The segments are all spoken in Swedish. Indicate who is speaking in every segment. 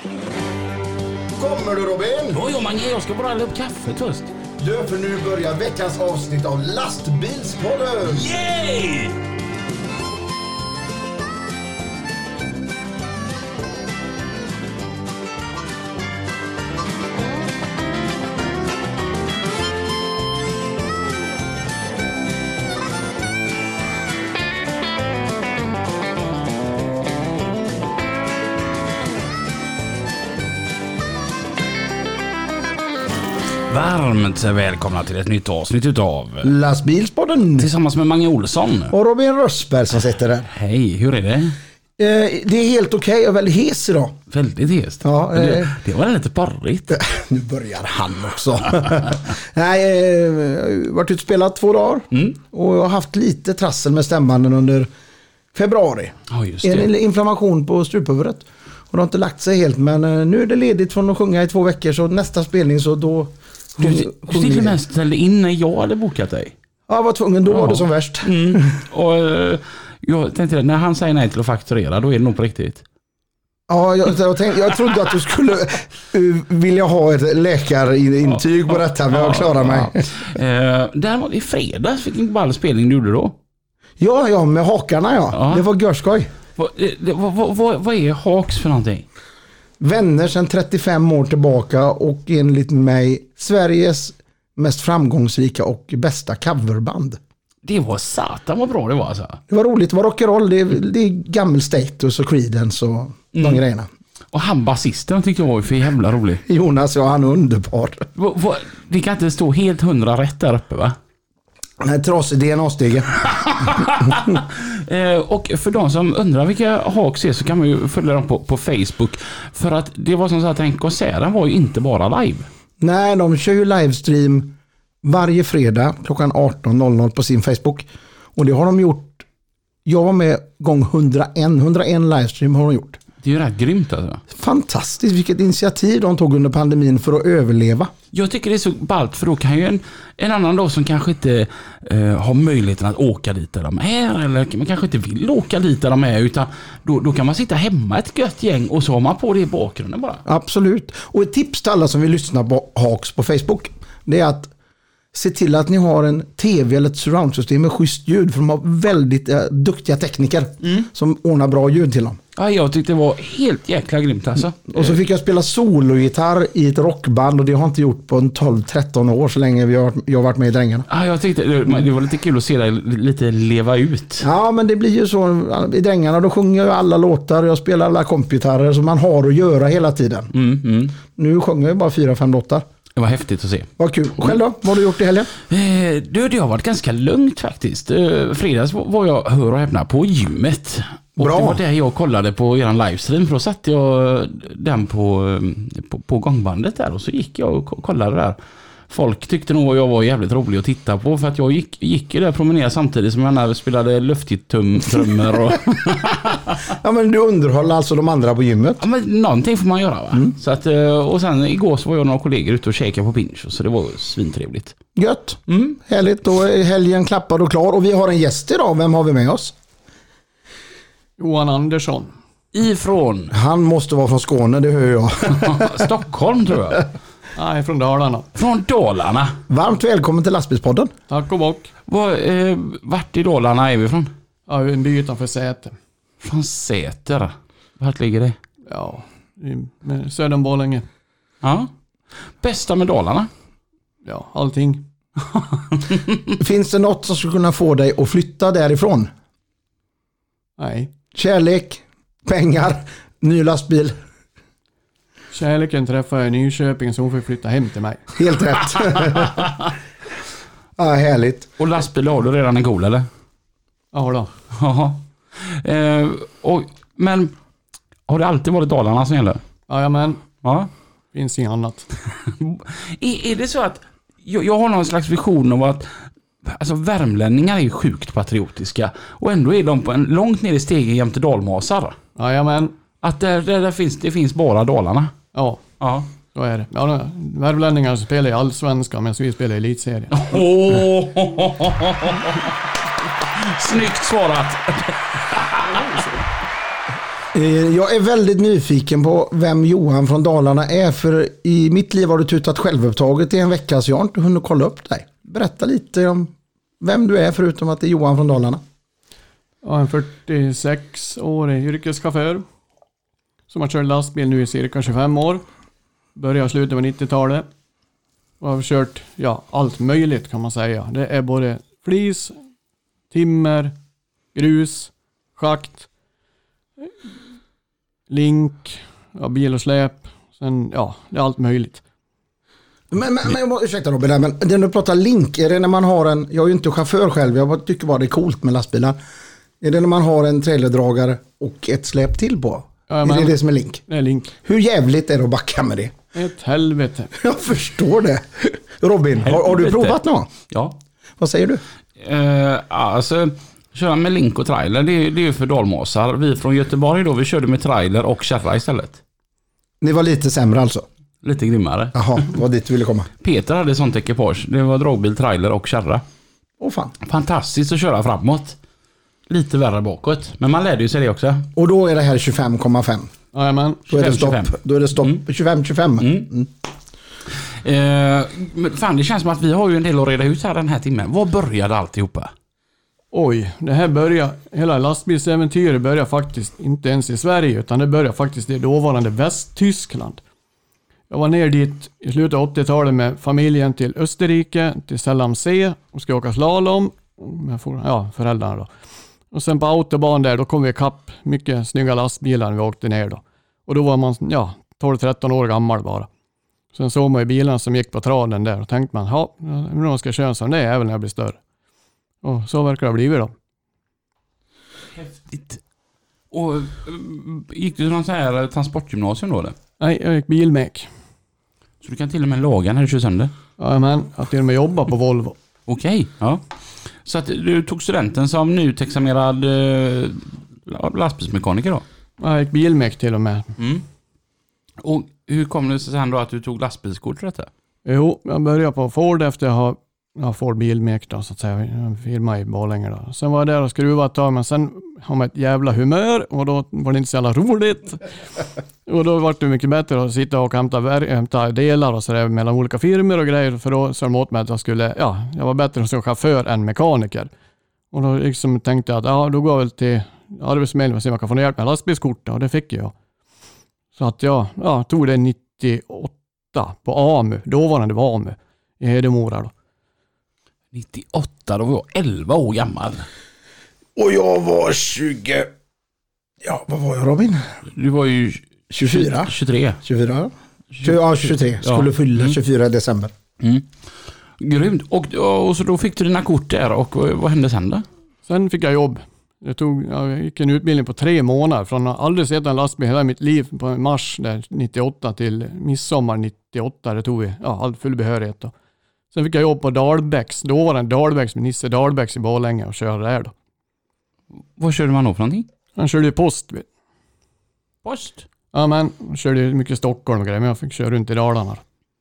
Speaker 1: Kommer du, Robin?
Speaker 2: Jo, Mange, jag ska bara hälla upp kaffe först.
Speaker 1: Du, för nu börjar veckans avsnitt av Lastbilspodden.
Speaker 2: Yay! Varmt välkomna till ett nytt avsnitt utav
Speaker 1: Lastbilspodden.
Speaker 2: Tillsammans med Mange Olsson.
Speaker 1: Och Robin Rössberg som sitter där.
Speaker 2: Hej, hur är det?
Speaker 1: Det är helt okej. Jag är väldigt hes idag.
Speaker 2: Väldigt hest.
Speaker 1: Ja,
Speaker 2: det var lite parrigt.
Speaker 1: Nu börjar han också. Nej, jag har varit utspelat 2 dagar. Och jag har haft lite trassel med stämbanden under februari.
Speaker 2: Ja, just det.
Speaker 1: En inflammation på struphuvudet. Och det har inte lagt sig helt, men nu är det ledigt från att sjunga i 2 veckor, så nästa spelning så då...
Speaker 2: Du till och med ställde in när jag hade bokat dig.
Speaker 1: Ja, jag var tvungen, då var det som värst.
Speaker 2: Och jag tänkte, när han säger nej till att fakturera, då är det nog på riktigt.
Speaker 1: Ja, jag trodde att du skulle vilja ha ett läkarintyg på detta, men jag klarar mig.
Speaker 2: Där var det i fredags, vilken ball spelning du gjorde då?
Speaker 1: Ja, med hakarna ja. Det var görskoj.
Speaker 2: Vad är Haks för någonting?
Speaker 1: Vänner sedan 35 år tillbaka och enligt mig Sveriges mest framgångsrika och bästa coverband.
Speaker 2: Det var satan vad bra det var alltså.
Speaker 1: Det var roligt, det var rock'n'roll, det är gammal Status och Creedence och de grejerna.
Speaker 2: Och han basisten tyckte jag var för jävla rolig.
Speaker 1: Jonas, ja, han är underbar.
Speaker 2: Det kan inte stå helt 100 rätt där uppe, va?
Speaker 1: Nej, trasig DNA-stegen.
Speaker 2: Och för de som undrar vilka Haks är, så kan man ju följa dem på Facebook. För att det var som så att den konserten var ju inte bara live.
Speaker 1: Nej, de kör ju livestream varje fredag klockan 18.00 på sin Facebook. Och det har de gjort. Jag var med gång 101 livestream har de gjort.
Speaker 2: Det är ju rätt grymt alltså.
Speaker 1: Fantastiskt, vilket initiativ de tog under pandemin för att överleva.
Speaker 2: Jag tycker det är så ballt, för då kan ju en annan då som kanske inte har möjligheten att åka dit där de är, eller man kanske inte vill åka dit där de är, utan då kan man sitta hemma ett gött gäng och så har man på det i bakgrunden bara.
Speaker 1: Absolut. Och ett tips till alla som vill lyssna på Haks på Facebook, det är att se till att ni har en tv eller ett surroundsystem med schysst ljud, för de har väldigt duktiga tekniker som ordnar bra ljud till dem.
Speaker 2: Ja, jag tyckte det var helt jäkla grymt alltså.
Speaker 1: Och så fick jag spela sologitarr i ett rockband, och det har jag inte gjort på en 12-13 år så länge jag har varit med i Drängarna.
Speaker 2: Ja, jag tyckte det var lite kul att se dig lite leva ut.
Speaker 1: Ja, men det blir ju så i Drängarna, då sjunger jag alla låtar, jag spelar alla kompgitarrer som man har att göra hela tiden. Nu sjunger jag bara 4-5 låtar. Det
Speaker 2: var häftigt att se.
Speaker 1: Vad kul. Och själv då? Vad har du gjort i helgen?
Speaker 2: Det har varit ganska lugnt faktiskt. Fredags var jag, hör och häpna, på gymmet. Och bra. Det var det jag kollade på eran livestream, för då satte jag den på gångbandet där, och så gick jag och kollade där. Folk tyckte nog att jag var jävligt rolig att titta på, för att jag gick där och promenerade samtidigt som jag spelade luftgitarr och...
Speaker 1: Ja, men du underhåller alltså de andra på gymmet?
Speaker 2: Ja, men någonting får man göra, va? Så att, och sen igår så var jag och några kollegor ute och käkade på Pinch, så det var svintrevligt.
Speaker 1: Gött. Härligt. Då är helgen klappad och klar, och vi har en gäst idag. Vem har vi med oss?
Speaker 3: Johan Andersson.
Speaker 2: Ifrån?
Speaker 1: Han måste vara från Skåne, det hör jag.
Speaker 2: Stockholm tror jag.
Speaker 3: Nej, från Dalarna.
Speaker 2: Från Dalarna.
Speaker 1: Varmt välkommen till Lastbilspodden.
Speaker 3: Tack och bock.
Speaker 2: Vart i Dalarna är vi från?
Speaker 3: Ja, en by utanför Säter.
Speaker 2: Från Säter? Vart ligger det?
Speaker 3: Ja, söder om Borlänge.
Speaker 2: Ja. Bästa med Dalarna?
Speaker 3: Ja, allting.
Speaker 1: Finns det något som skulle kunna få dig att flytta därifrån?
Speaker 3: Nej.
Speaker 1: Kärlek, pengar, ny lastbil.
Speaker 3: Kärleken träffar jag i Nyköping, så hon får flytta hem till mig.
Speaker 1: Helt rätt. Ja, härligt.
Speaker 2: Och lastbil har du redan en god, eller?
Speaker 3: Ja då.
Speaker 2: Men har det alltid varit Dalarna som gäller?
Speaker 3: Jajamän.
Speaker 2: Ja.
Speaker 3: Finns inget annat.
Speaker 2: Är det så att jag har någon slags vision av att alltså värmlänningar är sjukt patriotiska, och ändå är de på en långt ner i stegen jämte dalmasar.
Speaker 3: Jajamän.
Speaker 2: Att det finns bara Dalarna.
Speaker 3: Ja.
Speaker 2: Ja.
Speaker 3: Så är det. Ja, värmlänningar spelar i allsvenskan, medan vi spelar i elitserien.
Speaker 2: Snyggt svarat.
Speaker 1: Jag är väldigt nyfiken på vem Johan från Dalarna är, för i mitt liv har du tutat självupptaget i en vecka så jag har inte hunnit kolla upp dig. Berätta lite om vem du är förutom att det är Johan från Dalarna.
Speaker 3: Jag är en 46-årig yrkeschaufför som har kört lastbil nu i cirka 25 år. Började slutet på 90-talet. Och har kört allt möjligt kan man säga. Det är både flis, timmer, grus, schakt, link, bil och släp. Sen, det är allt möjligt.
Speaker 1: Men ursäkta Robin, men när du pratar link, är det när man har en, jag är ju inte chaufför själv, jag tycker bara det är coolt med lastbilar. Är det när man har en trailerdragare och ett släp till på? Är det som är link?
Speaker 3: Det är link.
Speaker 1: Hur jävligt är det att backa med det?
Speaker 3: Ett helvete.
Speaker 1: Jag förstår det. Robin, har du provat någon?
Speaker 2: Ja.
Speaker 1: Vad säger du?
Speaker 2: Alltså, köra med link och trailer, det är ju för dalmasar. Vi från Göteborg då, vi körde med trailer och kärra istället.
Speaker 1: Ni var lite sämre alltså?
Speaker 2: Lite grimmare.
Speaker 1: Jaha, vad dit du ville komma.
Speaker 2: Peter hade sånt ekipage. Det var dragbil, trailer och kärra.
Speaker 1: Fan.
Speaker 2: Fantastiskt att köra framåt. Lite värre bakåt. Men man lärde ju sig det också.
Speaker 1: Och då är det här 25,5.
Speaker 3: Jajamän.
Speaker 1: Då är det stopp.
Speaker 2: 25.
Speaker 1: Då är det stopp. 25.
Speaker 2: Fan, det känns som att vi har ju en del att reda ut här den här timmen. Vad började alltihopa?
Speaker 3: Oj, det här hela lastbilsäventyret börjar faktiskt inte ens i Sverige, utan det börjar faktiskt i dåvarande Västtyskland. Jag var ner dit i slutet av 80-talet med familjen till Österrike, till Sellamsee, och ska åka slalom med föräldrarna då. Och sen på autobahn där, då kom vi ikapp mycket snygga lastbilar när vi åkte ner då. Och då var man 12-13 år gammal bara. Sen såg man ju bilarna som gick på traden där och tänkte man, hur man ska köra som det är även när jag blir större. Och så verkar det ha blivit då.
Speaker 2: Häftigt. Och gick du till någon sån här transportgymnasium då eller?
Speaker 3: Nej, jag gick bilmek.
Speaker 2: Så du kan till och med laga när du kör sönder?
Speaker 3: Ja, men jag till och med jobba på Volvo.
Speaker 2: Okej, ja. Så att du tog studenten som nyutexaminerad lastbilsmekaniker då?
Speaker 3: Jag gick bilmek till och med.
Speaker 2: Mm. Och hur kom det sig sen då att du tog lastbilskort för detta?
Speaker 3: Jo, jag började på Ford efter att ha Ford bilmek då, så att säga. En firma i Borlänge då. Sen var jag där och skruvade ett tag, men sen har man ett jävla humör och då var det inte så jävla roligt. Och då var det mycket bättre att sitta och hämta delar och sådär mellan olika firmor och grejer, för då sa de åt mig att jag var bättre som chaufför än mekaniker. Och då liksom tänkte jag att då går jag väl till Arbetsförmedlingen och se om jag kan få hjälp med lastbilskort, och det fick jag. Så att jag tog det 98 på AMU, dåvarande var AMU i Hedemora då.
Speaker 2: 98, då var jag 11 år gammal.
Speaker 1: Och jag var 20... Ja, vad var jag Robin?
Speaker 2: Du var ju
Speaker 1: 24.
Speaker 2: 23.
Speaker 1: 24. Ja, 23. Skulle fylla 24 december.
Speaker 2: Mm. Grymt. Och så då fick du dina kort där, och vad hände sen då?
Speaker 3: Sen fick jag jobb. Jag gick en utbildning på 3 månader. Från att aldrig sett en lastbil hela mitt liv på mars där 98 till midsommar 98. Det tog vi all full behörighet då. Sen fick jag jobb på Dahlbäcks. Då var det en Dahlbäcks med Nisse Dahlbäcks i Borlänge och körde där då.
Speaker 2: Vad körde man då för någonting?
Speaker 3: Han körde ju post.
Speaker 2: Post?
Speaker 3: Ja, men han körde ju mycket Stockholm och grejer, men jag fick köra runt i Dalarna.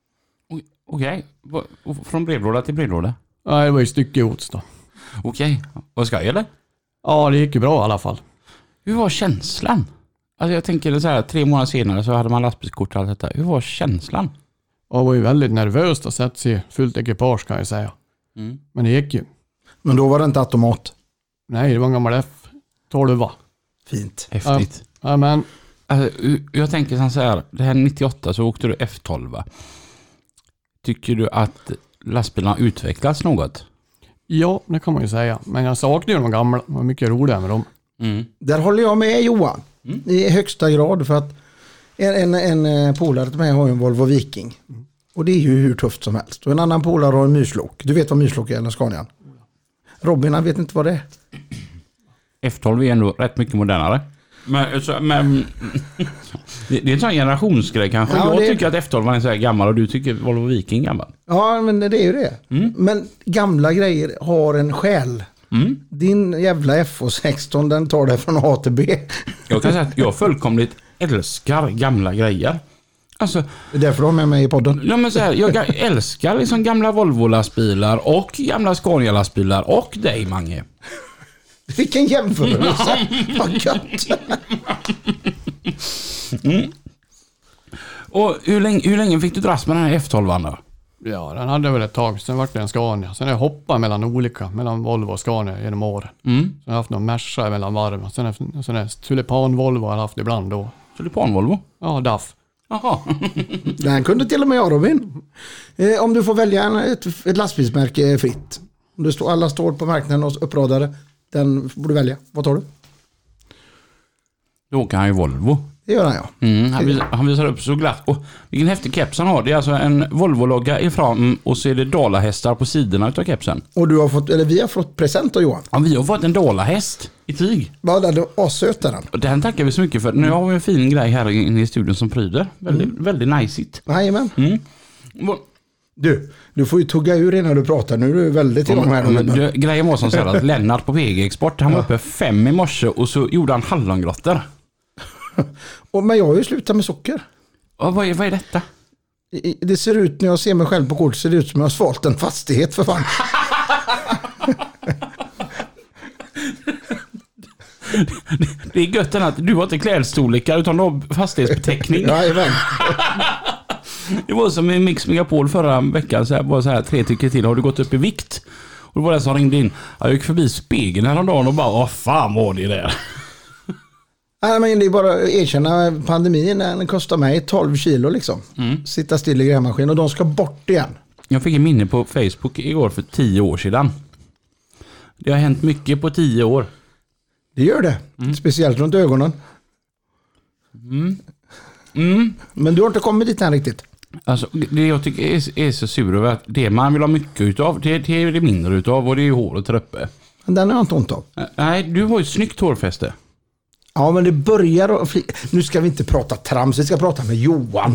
Speaker 2: Okej. Från brevlåda till brevlåda?
Speaker 3: Ja, det var ju styckegods då.
Speaker 2: Okej. Vad ska jag eller?
Speaker 3: Ja, det gick ju bra i alla fall.
Speaker 2: Hur var känslan? Alltså jag tänker så här, 3 månader senare så hade man lastbilskort och allt detta. Hur var känslan?
Speaker 3: Jag var ju väldigt nervös att sätta sig fullt ekipage kan jag säga. Mm. Men det gick ju.
Speaker 1: Men då var det inte automat?
Speaker 3: Nej, det var en gammal F12.
Speaker 1: Fint.
Speaker 2: Häftigt.
Speaker 3: Ja, men...
Speaker 2: Alltså, jag tänker så här, det här 98 så åkte du F12. Tycker du att lastbilarna utvecklats något?
Speaker 3: Ja, det kan man ju säga. Men jag saknar ju de gamla. Det var mycket roligare med dem.
Speaker 1: Mm. Där håller jag med Johan. I högsta grad, för att en polare till mig har en Volvo Viking. Och det är ju hur tufft som helst. Och en annan polare har en Myrslok. Du vet vad Myrslok är, eller Scanian? Robin, han vet inte vad det är.
Speaker 2: F12 är ändå rätt mycket modernare. Men det är en sån generationsgrej kanske. Ja, jag tycker att F12 är så här gammal och du tycker Volvo Viking gammal.
Speaker 1: Ja, men det är ju det. Men gamla grejer har en själ. Din jävla FH16, den tar det från A till B.
Speaker 2: Jag kan säga att jag fullkomligt älskar gamla grejer. Alltså,
Speaker 1: det är därför du har med mig i podden.
Speaker 2: Ja, men så här, jag älskar liksom gamla Volvo-lastbilar och gamla Scania-lastbilar och dig, Mange.
Speaker 1: Vilken jämförelse. Vad gött.
Speaker 2: Och hur länge fick du dras med den här F12 då?
Speaker 3: Ja, den hade väl ett tag. Sen vart det en Scania. Sen har jag hoppat mellan Volvo och Scania genom åren. Sen har jag haft någon Merca mellan varv. Sen är Tulipan-Volvo har jag haft ibland då.
Speaker 2: Tulipan-Volvo?
Speaker 3: Ja, DAF.
Speaker 2: Jaha.
Speaker 1: Den kunde till och med jag, Robin. Om du får välja ett lastbilsmärke fritt. Om det alla står på marknaden och uppradade. Den får du välja. Vad tar du?
Speaker 2: Då åker han ju Volvo.
Speaker 1: Det gör han, ja.
Speaker 2: Han visar upp så glatt. Och vilken häftig keps han har. Det är alltså en Volvo-logga i fram och så är det dalahästar på sidorna utav kepsen.
Speaker 1: Och vi har fått present av Johan.
Speaker 2: Ja, vi har fått en dalahäst i tyg.
Speaker 1: Ja, den är söt den.
Speaker 2: Och den tackar vi så mycket för. Nu har vi en fin grej här inne i studion som pryder. Väldigt najsigt.
Speaker 1: Jajamän. Du får ju tugga ur innan du pratar. Nu är du väldigt igång här.
Speaker 2: Grejen var som så här att Lennart på PG Export, han var uppe 5 i morse och så gjorde han hallongrottor.
Speaker 1: Men jag har ju slutat med socker.
Speaker 2: Och vad är detta?
Speaker 1: Det ser ut, när jag ser mig själv på kort, ser det ut som jag har svalt en fastighet för fan.
Speaker 2: Det är gött att du har inte klädstorlekar utan du har fastighetsbeteckning.
Speaker 1: Jajamän.
Speaker 2: Det var som i Mix Megapol förra veckan, så här, var så här 3 tycker till, har du gått upp i vikt? Och det var den som ringde in. Jag gick förbi spegeln häromdagen och bara, vad fan var det där?
Speaker 1: Nej, men det är bara att erkänna, pandemin, den kostar mig 12 kilo liksom. Sitta still i grävmaskin och de ska bort igen.
Speaker 2: Jag fick en minne på Facebook igår för 10 år sedan. Det har hänt mycket på 10 år.
Speaker 1: Det gör det. Speciellt runt ögonen. Men du har inte kommit dit än riktigt.
Speaker 2: Alltså, det jag tycker är så sur över att det man vill ha mycket utav, det är det mindre utav och det är ju håret där uppe.
Speaker 1: Men den har jag inte ont av.
Speaker 2: Nej, du har ju ett snyggt hårfäste.
Speaker 1: Ja, men det börjar nu ska vi inte prata trams, vi ska prata med Johan.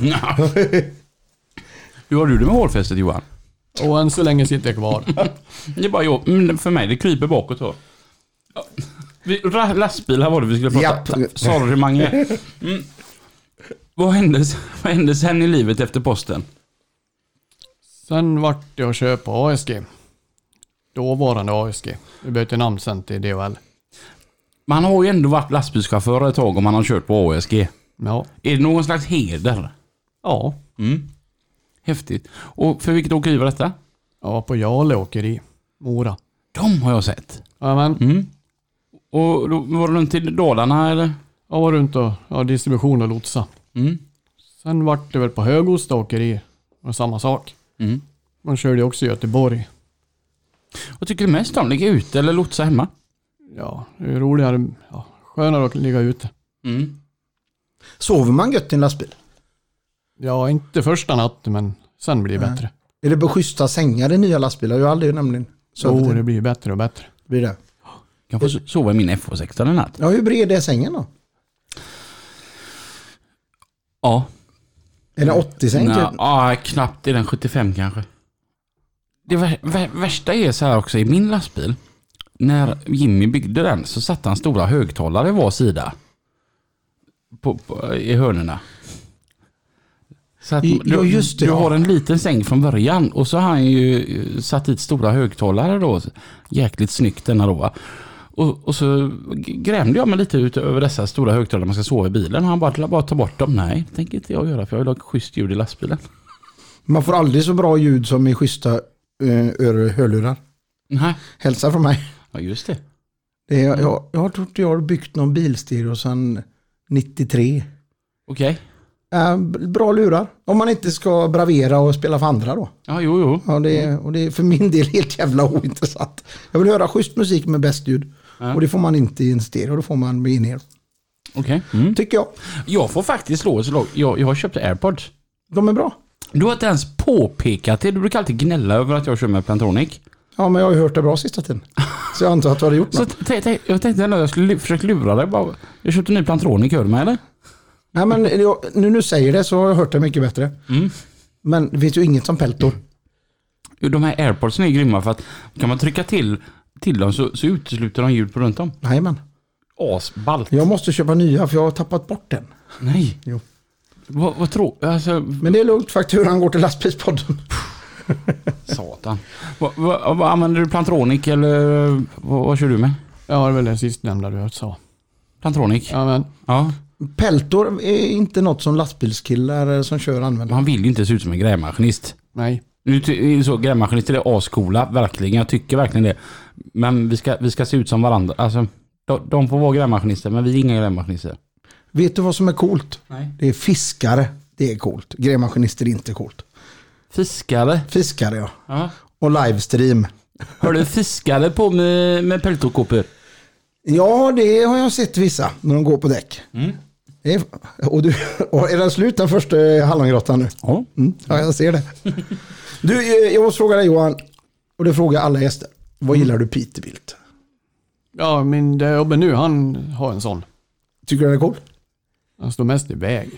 Speaker 2: Hur har du det med hårfästet, Johan?
Speaker 3: Och än så länge sitter jag kvar.
Speaker 2: Det är bara jag, för mig, det kryper bakåt då. Lastbilar var det vi skulle prata.
Speaker 1: Japp.
Speaker 2: Sorry, Mange. Vad hände sen i livet efter posten?
Speaker 3: Sen vart jag och köp på ASG. Dåvarande ASG. Vi bytte namn sen till DHL.
Speaker 2: Man har ju ändå varit lastbilschaufför ett tag om man har kört på ASG.
Speaker 3: Ja.
Speaker 2: Är det någon slags heder?
Speaker 3: Ja.
Speaker 2: Häftigt. Och för vilket åkeri var detta?
Speaker 3: Ja, på Jale åkeri. Mora.
Speaker 2: De har jag sett.
Speaker 3: Jajamän.
Speaker 2: Och då var du runt till Dalarna eller?
Speaker 3: Jag var runt och distribution och lotsa. Sen vart det väl på Högosta åkeri. Och samma sak. Man körde också i Göteborg.
Speaker 2: Vad tycker du mest om? Ligga ute eller lotsa hemma?
Speaker 3: Ja, det är roligare. Ja, skönare att ligga ute.
Speaker 1: Sover man gött i en lastbil?
Speaker 3: Ja, inte första natten, men sen blir det bättre.
Speaker 1: Är det på schyssta sängar i nya lastbilar? Jag har aldrig nämligen sovit.
Speaker 3: Jo, det blir bättre och bättre.
Speaker 1: Blir det?
Speaker 2: Jag får sova i min F16 en natt.
Speaker 1: Ja, hur bred är sängen då?
Speaker 2: Ja.
Speaker 1: Är det 80-säng?
Speaker 2: Ja, knappt. Är den 75 kanske. Det värsta är så här också i min lastbil. När Jimmy byggde den så satte han stora högtalare i var sida. I hörnerna. Så att du har en liten säng från början och så har han ju satt dit stora högtalare då. Jäkligt snyggt denna då. Och så grämde jag mig lite ut över dessa stora högtalare man ska sova i bilen. Och han bara ta bort dem. Nej, det tänker inte jag göra för jag vill ha schysst ljud i lastbilen.
Speaker 1: Man får aldrig så bra ljud som i schyssta hörlurar.
Speaker 2: Nej.
Speaker 1: Hälsa från mig.
Speaker 2: Ja, just det.
Speaker 1: Jag har trott jag har byggt någon bilstereo sedan 93.
Speaker 2: Okej.
Speaker 1: Bra lurar. Om man inte ska bravera och spela för andra då.
Speaker 2: Ja, jo.
Speaker 1: Ja, det är för min del helt jävla ointressant. Jag vill höra schysst musik med bäst ljud. Ja. Och det får man inte i en stereo. Då får man med in-ear.
Speaker 2: Okej.
Speaker 1: Tycker jag.
Speaker 2: Jag får faktiskt slå ett slag. Jag har köpt AirPods.
Speaker 1: De är bra.
Speaker 2: Du har inte ens påpekat det. Du brukar alltid gnälla över att jag kör med Plantronic.
Speaker 1: Ja, men jag har ju hört det bra sista tiden. Så jag antar att du hade gjort något.
Speaker 2: Jag tänkte ändå att jag skulle försöka lura dig. Jag köpte en ny Plantronic, hör du mig eller?
Speaker 1: Nej, men nu säger det så har jag hört det mycket bättre. Men det finns ju inget som Peltor.
Speaker 2: De här AirPods är grymma för att kan man trycka till dem så utesluter de ljud på runt om.
Speaker 1: Jajamän.
Speaker 2: Asballt.
Speaker 1: Jag måste köpa nya för jag har tappat bort den.
Speaker 2: Nej.
Speaker 1: Jo.
Speaker 2: Vad tror alltså...
Speaker 1: Men det är lugnt, fakturan går till lastbilspodden.
Speaker 2: Satan. Vad använder du Plantronic eller vad kör du med?
Speaker 3: Ja, det är väl det sistnämnda du sa.
Speaker 2: Plantronic.
Speaker 3: Ja, men.
Speaker 2: Ja.
Speaker 1: Peltor är inte något som lastbilskillar som kör använder.
Speaker 2: Man vill ju inte se ut som en grävmaskinist.
Speaker 3: Nej.
Speaker 2: Nu är det så, grävmaskinister är ascoola, verkligen. Jag tycker verkligen det. Men vi ska se ut som varandra. Alltså, de får vara grävmaskinister, men vi är inga grävmaskinister.
Speaker 1: Vet du vad som är coolt?
Speaker 2: Nej.
Speaker 1: Det är fiskare. Det är coolt. Grävmaskinister är inte coolt.
Speaker 2: Fiskare.
Speaker 1: Fiskare, ja.
Speaker 2: Ja.
Speaker 1: Och livestream.
Speaker 2: Har du fiskare på med peltokåpor?
Speaker 1: Ja, det har jag sett vissa när de går på däck.
Speaker 2: Mm.
Speaker 1: Och är den slut den första hallongrottan nu?
Speaker 2: Ja.
Speaker 1: Ja, jag ser det. Du, jag måste fråga dig Johan, och det frågar alla gäster. Vad gillar du Peterbilt?
Speaker 3: Ja, min Obbe nu, han har en sån.
Speaker 1: Tycker du den är cool?
Speaker 3: Han står mest i vägen.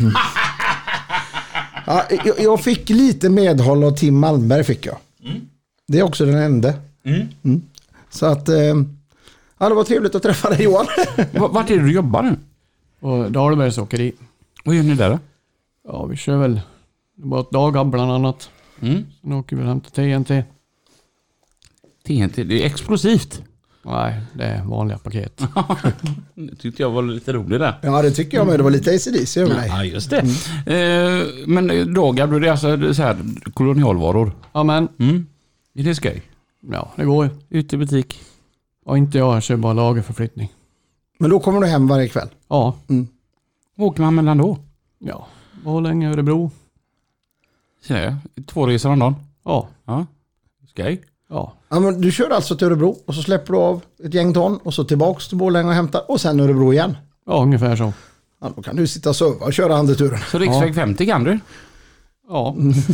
Speaker 1: Ja, jag fick lite medhåll av Tim Malmberg fick jag. Det är också den enda. Så att, ja, det var trevligt att träffa dig Johan.
Speaker 2: Vart är det du jobbar nu?
Speaker 3: Och Dahlbergs åkeri.
Speaker 2: Vad gör ni där då?
Speaker 3: Ja, vi kör väl bara dagar bland annat.
Speaker 2: Mm.
Speaker 3: Sen åker vi hem till TNT.
Speaker 2: TNT, det är explosivt.
Speaker 3: Nej, det är vanliga paket.
Speaker 2: Det tyckte jag var lite roligt där.
Speaker 1: Ja, det tycker jag med. Det var lite ACDC över dig.
Speaker 2: Ja, just det. Men dagar, det är alltså så här kolonialvaror.
Speaker 3: Ja, men.
Speaker 2: Är det skoj?
Speaker 3: Ja, det går ju.
Speaker 2: Ute i butik.
Speaker 3: Och inte jag kör bara lagerförflyttning.
Speaker 1: Men då kommer du hem varje kväll?
Speaker 3: Ja.
Speaker 2: Vad åker man mellan då?
Speaker 3: Ja, Borlänge, Örebro.
Speaker 2: Så jag. 2 resor om dagen.
Speaker 3: Ja.
Speaker 2: Ja. Skoj.
Speaker 3: Ja.
Speaker 1: Ja, men du kör alltså till Örebro och så släpper du av ett gäng ton och så tillbaks till Borlänge och hämtar och sen Örebro igen.
Speaker 3: Ja, ungefär så.
Speaker 1: Ja, då kan du sitta och söva och köra handelturen.
Speaker 2: Så riksväg 50 kan du?
Speaker 3: Ja.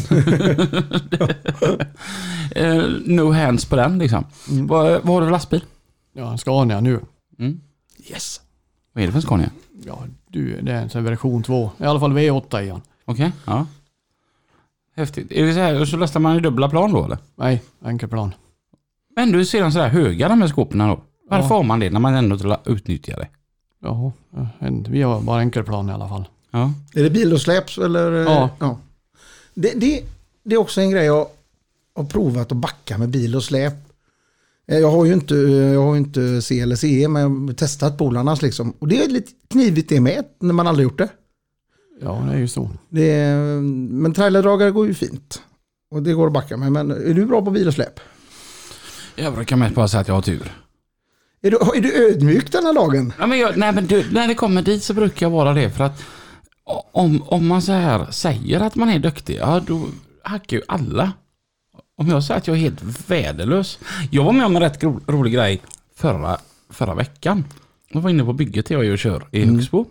Speaker 2: No hands på den liksom. Vad har du för lastbil?
Speaker 3: Ja, en Scania nu.
Speaker 1: Yes.
Speaker 2: Vad är det för en Scania?
Speaker 3: Ja, det är en sån version 2. I alla fall V8 igen.
Speaker 2: Okej, ja. Häftigt. Är det så här, så lastar man i dubbla plan då eller?
Speaker 3: Nej, enkelplan.
Speaker 2: Men du ser de så där höga de här skåpen då? Varför har man det när man ändå utnyttjar det?
Speaker 3: Jaha, vi har bara enkelplan i alla fall.
Speaker 2: Ja.
Speaker 1: Är det bil och släps eller?
Speaker 3: Ja.
Speaker 1: Det är också en grej jag har provat att backa med bil och släp. Jag har ju inte C eller CE, men jag har testat polarnas liksom. Och det är lite knivigt det med när man aldrig gjort det.
Speaker 3: Ja, det är ju så.
Speaker 1: Men trailerdragare går ju fint. Och det går att backa med. Men är du bra på bil och släp?
Speaker 2: Jag brukar mest bara säga att jag har tur.
Speaker 1: Är du ödmjuk den här dagen?
Speaker 2: Ja, men när det kommer dit så brukar jag vara det. För att om man så här säger att man är duktig, ja, då hackar ju alla. Om jag säger att jag är helt värdelös. Jag var med om en rätt rolig grej förra veckan. Jag var inne på bygget jag och kör i Högsbo.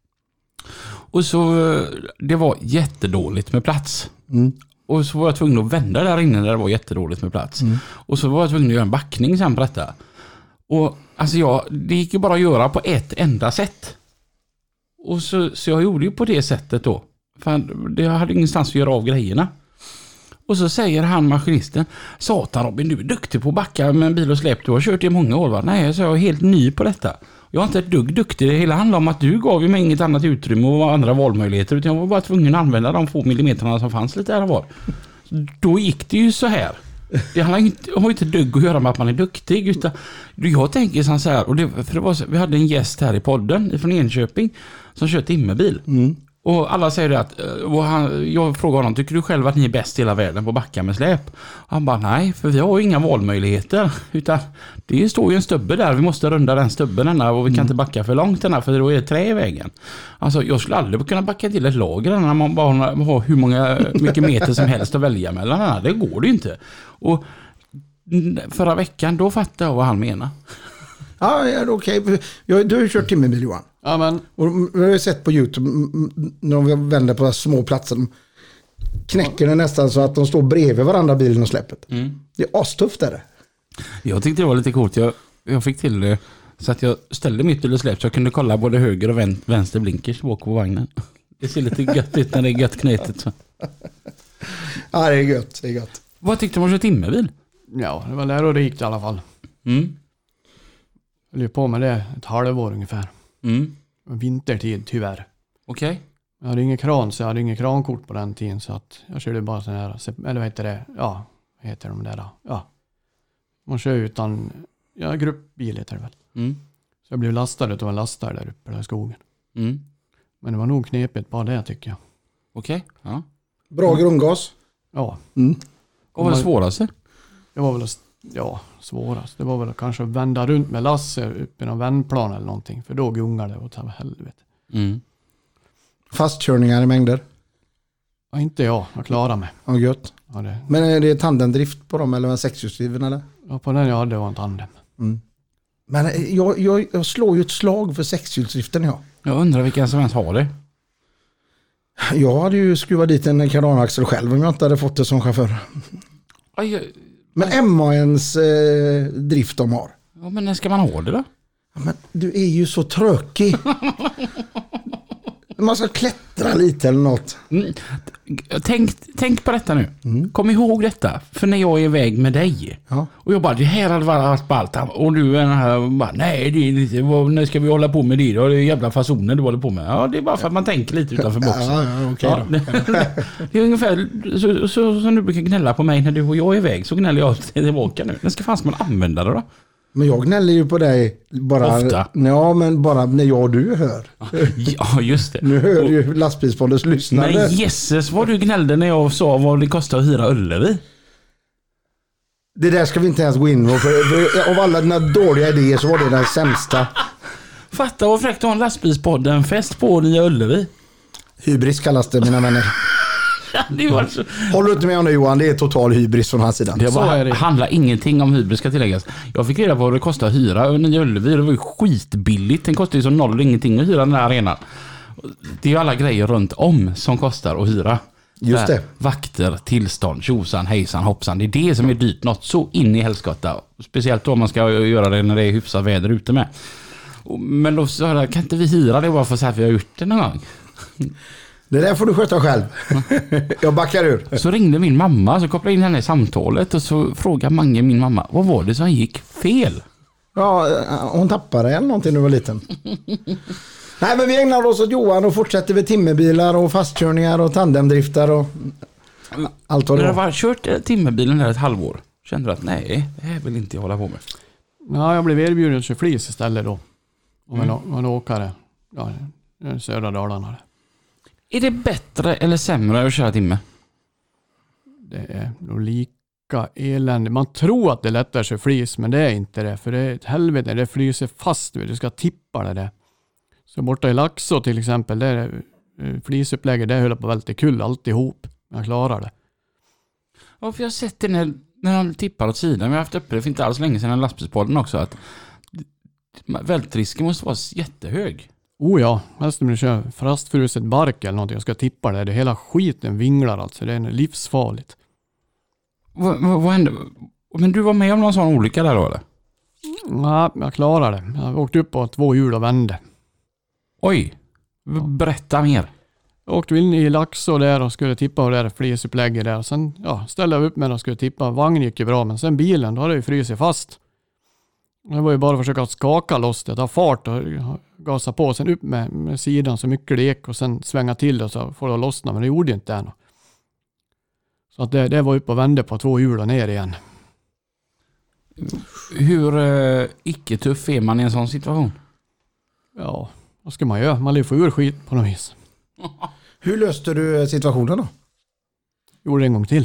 Speaker 2: Och så det var jättedåligt med plats. Och så var jag tvungen att vända där inne där det var jättedåligt med plats. Och så var jag tvungen att göra en backning sen på detta. Och alltså det gick ju bara att göra på ett enda sätt. Och så jag gjorde ju på det sättet då. För jag hade ingenstans att göra av grejerna. Och så säger han maskinisten: Satan Robin, du är duktig på att backa med en bil och släp. Du har kört i många år va? Nej, så jag är helt ny på detta. Jag är inte ett dugg duktig. Det hela handlar om att du gav mig inget annat utrymme och andra valmöjligheter. Utan jag var bara tvungen att använda de få millimeterna som fanns lite här och var. Då gick det ju så här. Det har ju inte dugg att göra med att man är duktig. Utan jag tänker så här. Och vi hade en gäst här i podden från Enköping som kört timmerbil. Och alla säger det att, jag frågar honom, tycker du själv att ni är bäst i hela världen på att backa med släp? Och han bara, nej, för vi har ju inga valmöjligheter. Utan det står ju en stubbe där, vi måste runda den stubben och vi kan inte backa för långt för då är det trä i vägen. Alltså jag skulle aldrig kunna backa till ett lager när man bara har hur mycket meter som helst att välja mellan. Det går det ju inte. Och förra veckan, då fattade jag vad han menar.
Speaker 1: Ja, okej. Du har ju kört timmerbil Johan.
Speaker 3: Ja, men.
Speaker 1: Och vi har ju sett på YouTube när de vänder på små platser. De knäcker det nästan så att de står bredvid varandra, bilen och släppet. Det är astufft är det.
Speaker 2: Jag tyckte det var lite coolt. Jag fick till det så att jag ställde mitt bil och släpp så jag kunde kolla både höger och vänster blinkers bak på vagnen. Det ser lite gött ut när det är gött knetet. Så.
Speaker 1: Ja, det är gött. Det är gött.
Speaker 2: Vad tyckte du om att köra timmerbil?
Speaker 3: Ja, det var lärorikt i alla fall. Jag höll på med det ett halvår ungefär. Vintertid tyvärr.
Speaker 2: Okej.
Speaker 3: Jag hade ingen kran så jag hade ingen krankort på den tiden så att jag körde bara sån här, eller vad heter det? Ja, vad heter de där då? Ja. Man kör utan Ja, gruppbil heter det väl.
Speaker 2: Mm.
Speaker 3: Så jag blev lastad utav en lastare där uppe i skogen.
Speaker 2: Mm.
Speaker 3: Men det var nog knepigt bara det tycker jag.
Speaker 2: Okej. Ja.
Speaker 1: Bra grundgas.
Speaker 3: Ja.
Speaker 2: Vad var det svåraste?
Speaker 3: Det var väl svårast. Det var väl kanske att vända runt med Lasse upp i någon vändplan eller någonting. För då gungar det åt helvete.
Speaker 2: Mm.
Speaker 1: Fastkörningar i mängder.
Speaker 3: Ja, inte jag klarar mig.
Speaker 1: Ja, gött.
Speaker 3: Ja,
Speaker 1: Men är det tandemdrift på dem eller en sexhjulsdriven eller?
Speaker 3: ja, på den jag hade var en tandem.
Speaker 1: Men jag slår ju ett slag för sexhjulsdriften, ja.
Speaker 2: Jag undrar vilka som ens har det.
Speaker 1: Jag hade ju skruvat dit en kardanaxel själv om jag inte hade fått det som chaufför. Men MANs drift de har.
Speaker 2: Ja, men när ska man ha det då?
Speaker 1: Ja, men du är ju så trökig. Man ska klättra lite eller något.
Speaker 2: Tänk på detta nu. Kom ihåg detta. För när jag är iväg med dig.
Speaker 1: Ja.
Speaker 2: Och jag bara, det här hade varit ballt. Och du är den här, bara, nej, det är lite, när ska vi hålla på med det då? Det är jävla fasoner du håller på med. Ja, det är bara för att man tänker lite utanför boxen.
Speaker 1: Ja, okej då.
Speaker 2: Det är ungefär så som du brukar gnälla på mig när du och jag är iväg. Så gnäller jag tillbaka nu. När ska fan man använda det då?
Speaker 1: Men jag gnäller ju på dig bara...
Speaker 2: Ofta.
Speaker 1: Ja, men bara när jag och du hör.
Speaker 2: Ja, just det.
Speaker 1: Nu hör ju lastbilspoddens lyssnare.
Speaker 2: Men jesses vad du gnällde när jag sa vad det kostar att hyra Ullevi.
Speaker 1: Det där ska vi inte ens gå in på. För av alla dina dåliga idéer så var det den sämsta.
Speaker 2: Fatta vad fräckt att ha en lastbilspodden-fest på Nya Ullevi.
Speaker 1: Hybris kallas det, mina vänner.
Speaker 2: Det var så...
Speaker 1: Håller du inte med om det, Johan? Det är total hybris från hans sida.
Speaker 2: Det handlar ingenting om hybris, ska tilläggas. Jag fick reda på vad det kostar att hyra Nya Ullevi. Det var ju skitbilligt. Den kostar ju som noll och ingenting att hyra den här arenan. Det är ju alla grejer runt om som kostar att hyra.
Speaker 1: Just det.
Speaker 2: Vakter, tillstånd, tjosan, hejsan, hoppsan. Det är det som är dyrt. Något så in i helskotta. Speciellt då man ska göra det när det är hyfsat väder ute med. Men då sa jag, kan inte vi hyra det bara för att säga att vi har gjort det någon gång?
Speaker 1: Det där får du sköta själv. Jag backar ur.
Speaker 2: Så ringde min mamma, så kopplade in henne i samtalet och så frågade Mange min mamma, vad var det som gick fel?
Speaker 1: Ja, hon tappade eller någonting när du var liten. Nej, men vi ägnar oss åt Johan och fortsätter med timmerbilar och fastkörningar och tandemdriftar och allt vad det var.
Speaker 2: När du har kört timmerbilen där ett halvår, kände du att nej, det här vill inte jag hålla på med.
Speaker 3: Ja, jag blev erbjuden att köra flis istället då. Om en åkare. Ja, södra Dalarna.
Speaker 2: Är det bättre eller sämre att köra timmer?
Speaker 3: Det är nog lika elände. Man tror att det är lättare att köra flis, men det är inte det. För det är ett helvete, det fryser fast. Du ska tippa det där. Så borta i Laxå till exempel, där är flisupplägget, där höll på väldigt kul alltihop. Jag klarar det.
Speaker 2: Ja, för jag har sett det när de tippar åt sidan. Vi har haft uppe det för inte alls länge sedan en lastbilspodden också. Att vältrisken måste vara jättehög.
Speaker 3: Oh ja, helst om du kör fastfruset bark eller någonting och ska tippa det. Det hela skiten vinglar alltså. Det är livsfarligt.
Speaker 2: Vad hände? Men du var med om någon sån olycka där då eller?
Speaker 3: Nej, jag klarar det. Jag åkte upp på 2 hjul och vände.
Speaker 2: Oj, berätta mer.
Speaker 3: Jag åkte in i Laxå där och skulle tippa och där flisupplägget där. Sen ställde jag upp med och skulle tippa. Vagnen gick ju bra, men sen bilen, då hade jag frysit fast. Det var ju bara att försöka skaka loss det, ta fart och gasa på. Sen upp med sidan så mycket det gick och sen svänga till det så får det lossna. Men det gjorde inte än. Så att det var upp och vände på 2 hjul och ner igen.
Speaker 2: Hur icke-tuff är man i en sån situation?
Speaker 3: Ja, vad ska man göra? Man får ur skit på något vis.
Speaker 1: Hur löste du situationen då?
Speaker 3: Gjorde det en gång till.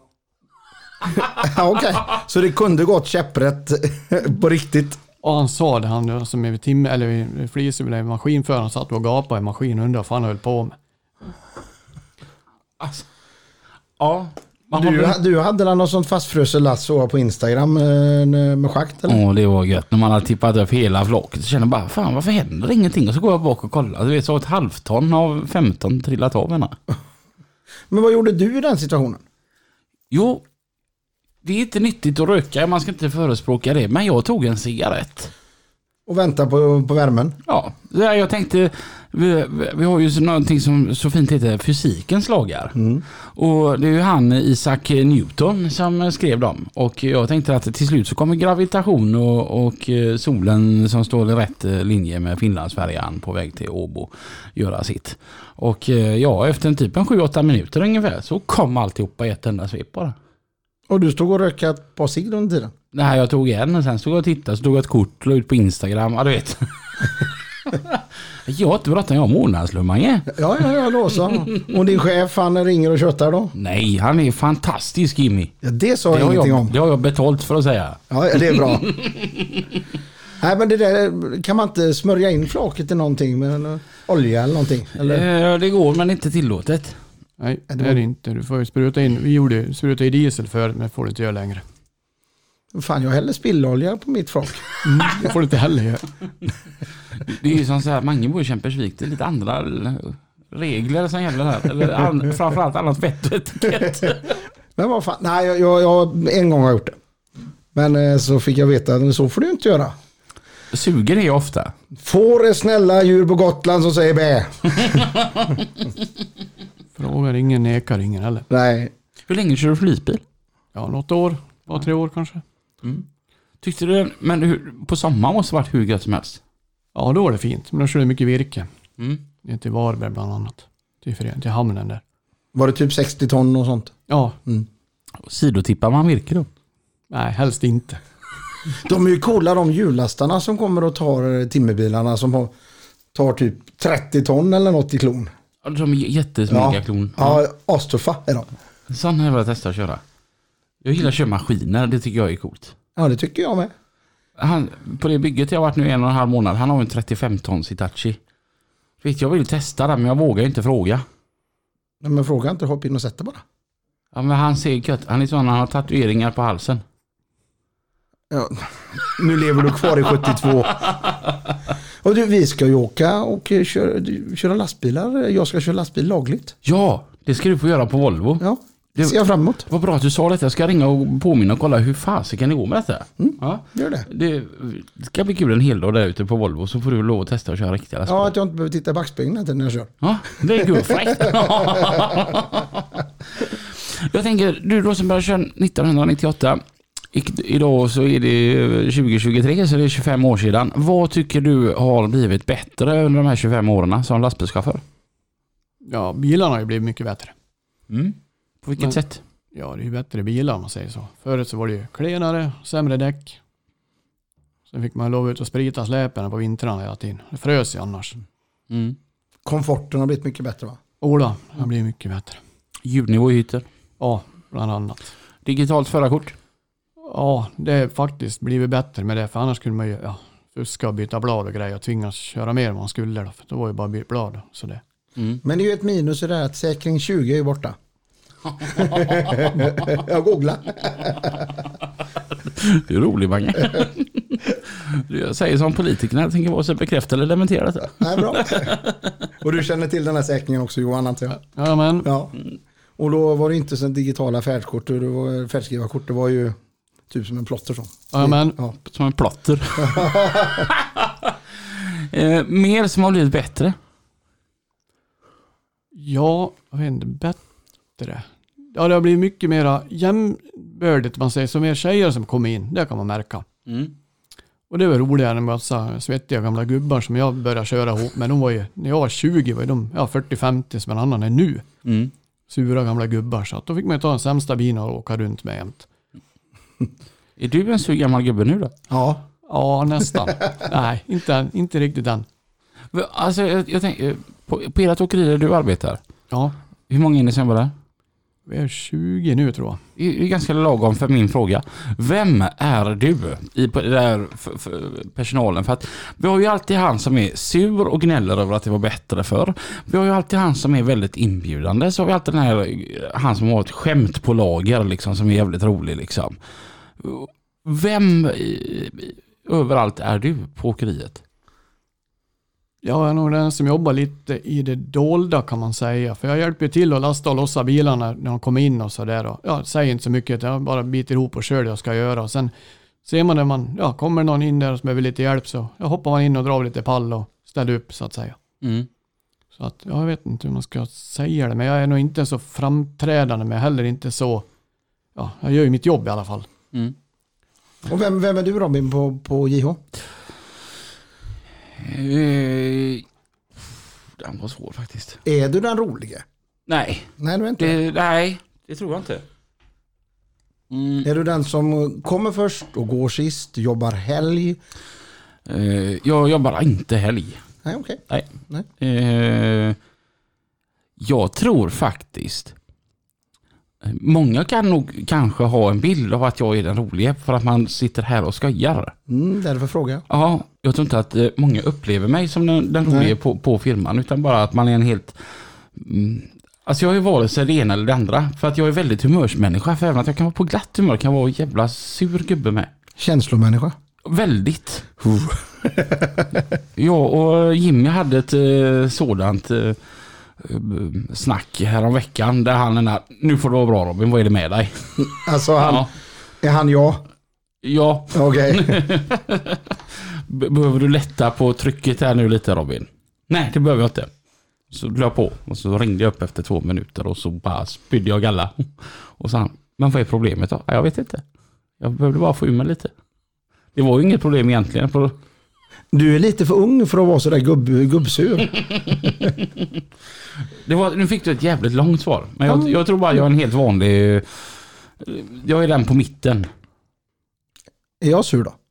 Speaker 1: Ja, okej. Så det kunde gått käpprätt på riktigt.
Speaker 3: Och han sa det, han som är vid flisupplägget, maskinföraren satt och gapade i maskinen och undrade vad han höll på med.
Speaker 2: Alltså, ja.
Speaker 1: Du hade något sånt fastfröset lass på Instagram med schakt eller?
Speaker 2: Ja, det var gött. När man hade tippat upp hela flocket så kände jag bara, fan varför händer det ingenting? Och så går jag bak och kollar. Du vet, så ett halvton av 15 trillat av henne.
Speaker 1: Men vad gjorde du i den situationen?
Speaker 2: Jo, det är inte nyttigt att röka. Man ska inte förespråka det. Men jag tog en cigarett.
Speaker 1: Och vänta på värmen?
Speaker 2: Ja, jag tänkte, vi har ju någonting som så fint heter fysikens lagar. Och det är ju han Isaac Newton som skrev dem. Och jag tänkte att till slut så kommer gravitation och solen som står i rätt linje med Finlandsfärjan på väg till Åbo göra sitt. Och efter en typ 7-8 minuter ungefär så kom alltihopa i ett enda svep bara.
Speaker 1: Och du stod och rökade ett par cigg under tiden?
Speaker 2: Nej, jag tog en och sen stod jag och tittade, så tog jag ett kort och la ut på Instagram. Ja, du vet. Jag har inte berättat om månadslummange.
Speaker 1: Ja, då så. Och din chef, han ringer och köttar då?
Speaker 2: Nej, han är fantastisk, Jimmy.
Speaker 1: Ja, det sa jag ingenting om.
Speaker 2: Det har jag betalt för att säga.
Speaker 1: Ja, det är bra. Nej, men det där, kan man inte smörja in flaket i någonting med olja eller någonting? Eller?
Speaker 2: Det går, men inte tillåtet.
Speaker 3: Nej, det är det inte. Du får ju spruta in. Vi gjorde spruta i diesel för, men det får du inte göra längre.
Speaker 1: Fan, jag häller spillolja på mitt flak.
Speaker 3: Det får du inte heller göra.
Speaker 2: Det är ju som så här, många bor i Kämpersvik. Det är lite andra regler som gäller här. Eller framförallt annat vett och etikett.
Speaker 1: Men vad fan, nej, jag en gång har gjort det. Men så fick jag veta att så får du inte göra.
Speaker 2: Suger det ofta.
Speaker 1: Får är snälla djur på Gotland som säger bä.
Speaker 3: Frågar ingen, nekar ingen heller.
Speaker 1: Nej.
Speaker 2: Hur länge kör du flytbil?
Speaker 3: Ja, något år. 3 år kanske.
Speaker 2: Mm. Tyckte du, men på sommaren måste det varit hur gött som helst?
Speaker 3: Ja, då var det fint. Men då körde mycket virke.
Speaker 2: Mm.
Speaker 3: Det till Varberg bland annat. Till hamnen där.
Speaker 1: Var det typ 60 ton och sånt?
Speaker 3: Ja.
Speaker 1: Mm.
Speaker 2: Sidotippar man virke då?
Speaker 3: Nej, helst inte.
Speaker 1: De är ju coola, de hjulastarna som kommer och tar timmerbilarna som tar typ 30 ton eller något i klon.
Speaker 2: De är jättesmyga klon.
Speaker 1: Ja, astuffa är de.
Speaker 2: Sån har jag velat testa att köra. Jag gillar att köra maskiner, det tycker jag är coolt.
Speaker 1: Ja, det tycker jag med.
Speaker 2: På det bygget jag har varit nu 1,5 månad, han har en 35 tons Hitachi. Vet jag vill testa det, men jag vågar inte fråga.
Speaker 1: Nej, men fråga inte, hoppa in och sätta bara.
Speaker 2: Ja, men han ser gött. Han är sån, han har tatueringar på halsen.
Speaker 1: Ja, nu lever du kvar i 72. Och du, vi ska ju åka och köra lastbilar. Jag ska köra lastbil lagligt.
Speaker 2: Ja, det ska du få göra på Volvo.
Speaker 1: Ja, det ser jag fram emot.
Speaker 2: Vad bra att du sa detta. Jag ska ringa och påminna och kolla hur fasiken kan det gå med detta.
Speaker 1: Ja, gör det.
Speaker 2: Det ska bli kul en hel dag där ute på Volvo, så får du lov att testa att köra riktiga lastbilar.
Speaker 1: Ja, att jag inte behöver titta i backspegeln när jag kör.
Speaker 2: Ja, det är gulfräckt. Jag tänker, du då som började köra 1998, idag så är det 2023, så det är 25 år sedan. Vad tycker du har blivit bättre under de här 25 åren som lastbilschaufför?
Speaker 3: Ja, bilarna har ju blivit mycket bättre.
Speaker 2: Mm. På vilket sätt?
Speaker 3: Ja, det är ju bättre bilar om man säger så. Förut så var det ju klenare, sämre däck. Sen fick man lov ut att sprita släpen på vintrarna hela tiden. Det frös ju annars.
Speaker 2: Mm.
Speaker 1: Komforten har blivit mycket bättre, va?
Speaker 3: Ola, det blir mycket bättre.
Speaker 2: Ljudnivå i hytter?
Speaker 3: Ja, bland annat.
Speaker 2: Digitalt förarkort?
Speaker 3: Ja, det är faktiskt blivit bättre med det. För annars skulle man ju fuska och byta blad och grejer och tvingas köra mer än man skulle. Då, för då var ju bara byta blad. Så det.
Speaker 2: Mm.
Speaker 1: Men det är ju ett minus i det här att säkring 20 är ju borta. Jag googlar.
Speaker 2: Det är roligt, Mange. Jag säger som politikerna, jag tänker vara så bekräfta eller dementera detta.
Speaker 1: Nej, bra. Och du känner till den här säkringen också, Johan, antar jag?
Speaker 3: Ja, men.
Speaker 1: Ja. Och då var det inte så digitala färdkort, det var färdskrivarkort, det var ju typ som en plotter så.
Speaker 3: Ja, men.
Speaker 1: Ja.
Speaker 2: Som en plotter. Mer som har blivit bättre?
Speaker 3: Ja, jag vet inte, bättre. Ja, det har blivit mycket mer jämnbördigt, man säger, så mer tjejer som kommer in, det kan man märka.
Speaker 2: Mm.
Speaker 3: Och det var roligare än en massa svettiga gamla gubbar som jag började köra ihop. Men de var ju, när jag var 20 var ju de 40-50 som en annan är nu.
Speaker 2: Mm.
Speaker 3: Sura gamla gubbar. Så att då fick man ta den sämsta bilen och åka runt med jämt.
Speaker 2: Är du en så gammal gubbe nu då?
Speaker 1: Ja.
Speaker 3: Ja, nästan. Nej, inte riktigt än.
Speaker 2: Alltså, jag tänker, på ert åkeri där du arbetar,
Speaker 3: Ja,
Speaker 2: hur många är ni som var där?
Speaker 3: vi är 20 nu tror jag.
Speaker 2: Det är ganska lagom för min fråga. Vem är du i på det där för personalen? För att vi har ju alltid han som är sur och gnäller över att det var bättre för. Vi har ju alltid han som är väldigt inbjudande. Så har vi alltid den här, han som har ett skämt på lager liksom, som är jävligt rolig liksom. Vem överallt är du på åkeriet?
Speaker 3: Jag är nog den som jobbar lite i det dolda kan man säga. För jag hjälper till att lasta och lossa bilarna när de kommer in och sådär. Jag säger inte så mycket, jag bara biter ihop och kör det jag ska göra. Och sen ser man när man, kommer någon in där som behöver lite hjälp, så jag hoppar man in och drar lite pall och ställer upp så att säga.
Speaker 2: Mm.
Speaker 3: Så att jag vet inte hur man ska säga det, men jag är nog inte så framträdande, men heller inte så, jag gör ju mitt jobb i alla fall.
Speaker 2: Mm.
Speaker 1: Och vem är du, Robin, på JH?
Speaker 2: Den var svår faktiskt.
Speaker 1: Är du den rolige?
Speaker 2: Nej.
Speaker 1: Nej, du är inte.
Speaker 2: Nej, det tror jag inte.
Speaker 1: Är du den som kommer först och går sist, jobbar helg?
Speaker 2: Jag jobbar inte helg.
Speaker 1: Nej, okej.
Speaker 2: Nej. Jag tror faktiskt många kan nog kanske ha en bild av att jag är den roliga för att man sitter här och skojar.
Speaker 1: Därför frågar jag.
Speaker 2: Ja, jag tror inte att många upplever mig som den roliga på firman, utan bara att man är en helt... Alltså jag har ju varit sig det ena eller det andra, för att jag är väldigt humörsmänniska, för även att jag kan vara på glatt humör kan vara en jävla sur gubbe med.
Speaker 1: Känslomänniska?
Speaker 2: Väldigt. Jag och Jimmy hade ett sådant snack här om veckan där han är där, nu får det vara bra Robin, vad är det med dig?
Speaker 1: Alltså är han jag?
Speaker 2: Ja.
Speaker 1: Okej.
Speaker 2: Behöver du lätta på trycket här nu lite Robin? Nej, det behöver jag inte. Så la jag på och så ringde jag upp efter 2 minuter och så bara spydde jag galla. Och så han, men vad är problemet då? Jag vet inte. Jag behövde bara få ur mig lite. Det var ju inget problem egentligen.
Speaker 1: Du är lite för ung för att vara så där gubbsur.
Speaker 2: Nu fick du ett jävligt långt svar. Men jag tror bara jag är en helt vanlig... Jag är den på mitten.
Speaker 1: Är jag sur då?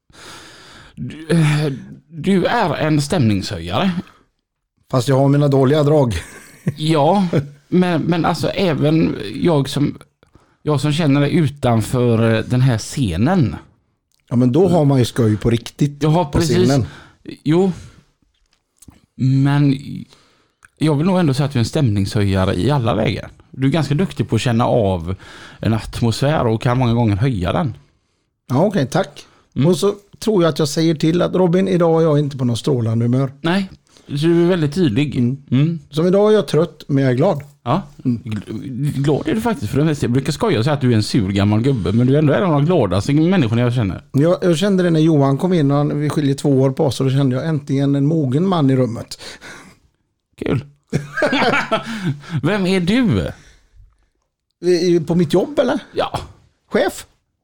Speaker 2: Du är en stämningshöjare.
Speaker 1: Fast jag har mina dåliga drag.
Speaker 2: Ja, men alltså även jag som känner det utanför den här scenen.
Speaker 1: Ja, men då har man ju skoj på riktigt.
Speaker 2: Ja, precis. Scenen. Jo, men jag vill nog ändå säga att du är en stämningshöjare i alla lägen. Du är ganska duktig på att känna av en atmosfär och kan många gånger höja den.
Speaker 1: Ja, okej, tack. Och så tror jag att jag säger till att Robin, idag är jag inte på någon strålande humör.
Speaker 2: Nej, så du är väldigt tydlig.
Speaker 1: Som idag är jag trött, men jag är glad.
Speaker 2: Ja, glad är du faktiskt. För jag brukar skoja och säga att du är en sur gammal gubbe, men du är ändå en av de gladaste människorna jag känner.
Speaker 1: Jag kände det när Johan kom in och vi skiljer 2 år på oss, och då kände jag äntligen en mogen man i rummet.
Speaker 2: Kul. Vem är du?
Speaker 1: På mitt jobb eller?
Speaker 2: Ja.
Speaker 1: Chef?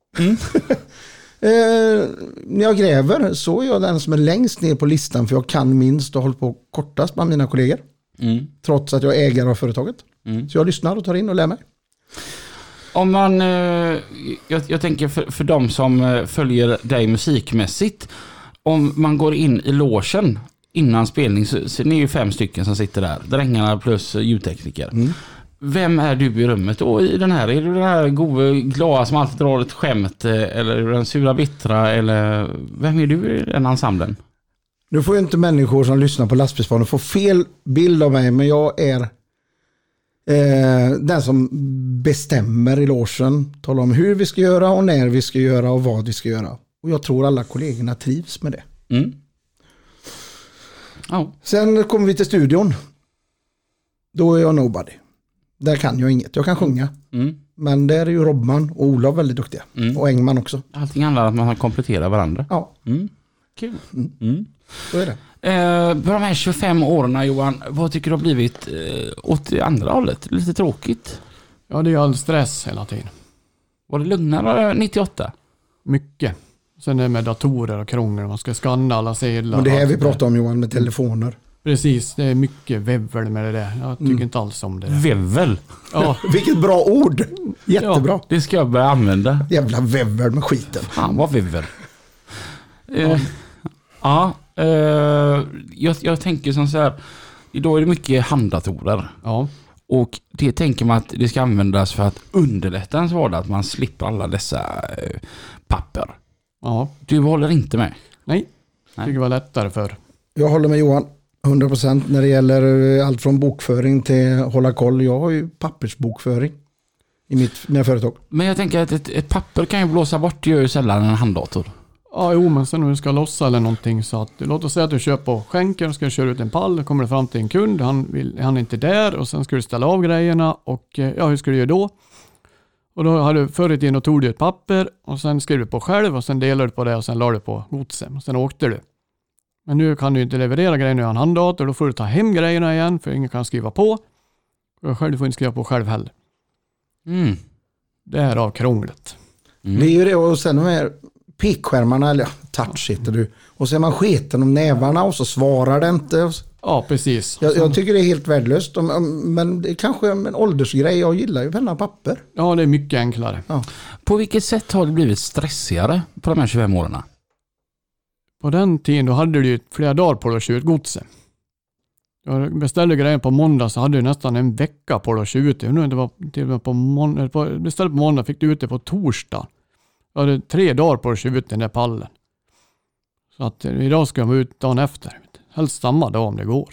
Speaker 1: När jag gräver så är jag den som är längst ner på listan, för jag kan minst och håller på kortast bland mina kollegor. Trots att jag är ägare av företaget. Så jag lyssnar och tar in och lär mig.
Speaker 2: Om man, jag tänker för de som följer dig musikmässigt, om man går in i logen innan spelning, så ni är ju 5 stycken som sitter där, drängarna plus ljudtekniker. Vem är du i rummet då i den här? Är du den här goda, glada som alltid drar ett skämt, eller är du den sura bittra, eller vem är du i den ensemblen?
Speaker 1: Nu får ju inte människor som lyssnar på lastbilsbanan få fel bild av mig, men jag är den som bestämmer i logen, talar om hur vi ska göra och när vi ska göra och vad vi ska göra. Och jag tror alla kollegorna trivs med det. Sen kommer vi till studion. Då är jag nobody. Där kan jag inget. Jag kan sjunga. Men där är ju Robban och Olof väldigt duktiga. Och Engman också.
Speaker 2: Allting handlar om att man kompletterar varandra.
Speaker 1: Ja.
Speaker 2: Kul.
Speaker 1: Så är det.
Speaker 2: På de här 25 åren, Johan, vad tycker du har blivit åt andra hållet? Lite tråkigt.
Speaker 3: Ja, det är all stress hela tiden.
Speaker 2: Var det lugnare 98?
Speaker 3: Mycket. Sen är det med datorer och krångel. Man ska skanna alla sedlar.
Speaker 1: Och det här vi pratar om, Johan, med telefoner.
Speaker 3: Precis, det är mycket vevel med det där. Jag tycker inte alls om det.
Speaker 2: Vevel?
Speaker 3: Ja.
Speaker 1: Vilket bra ord! Jättebra.
Speaker 2: Ja, det ska jag börja använda.
Speaker 1: Jävla vevel med skiten.
Speaker 2: Fan vad vevel. Jag tänker som så här. Idag är det mycket handdatorer.
Speaker 3: Ja.
Speaker 2: Och det tänker man att det ska användas för att underlätta ens vardag, att man slipper alla dessa papper.
Speaker 3: Ja.
Speaker 2: Du håller inte med?
Speaker 3: Nej. Tycker det var lättare för.
Speaker 1: Jag håller med Johan 100% när det gäller allt från bokföring till hålla koll. Jag har ju pappersbokföring i mina företag.
Speaker 2: Men jag tänker att ett papper kan ju blåsa bort, det gör ju sällan en handdator.
Speaker 3: Ja, jo, men sen om du ska lossa eller någonting, så att låt oss säga att du köper på skänker och ska köra ut en pall, kommer det fram till en kund, han är inte där, och sen ska du ställa av grejerna, och hur ska du göra då? Och då har du förut in och tog du ett papper och sen skrev du på själv och sen delade du på det och sen la du på godset och sen åkte du. Men nu kan du inte leverera grejerna i en handdator, då får du ta hem grejerna igen för ingen kan skriva på. Och själv, du får inte skriva på själv heller. Det är av krånglet.
Speaker 1: Det är ju det, och sen de här pekskärmarna, eller touch heter du. Och så är man sketen om nävarna och så svarar det inte.
Speaker 3: Ja, precis.
Speaker 1: Jag tycker det är helt värdelöst. Men det är kanske en åldersgrej. Jag gillar ju penna och papper.
Speaker 3: Ja, det är mycket enklare.
Speaker 1: Ja.
Speaker 2: På vilket sätt har det blivit stressigare på de här 25 åren?
Speaker 3: På den tiden då hade du ju flera dagar på dig att köra ut godset. Jag beställde grejen på måndag så hade du nästan en vecka på dig att köra ut det. Nu det var till och med på måndag, beställde på måndag, fick du ut det på torsdag. Jag hade 3 dagar på dig att köra ut den där pallen. Så att idag ska jag vara ut dagen efter. Helst samma dag om det går.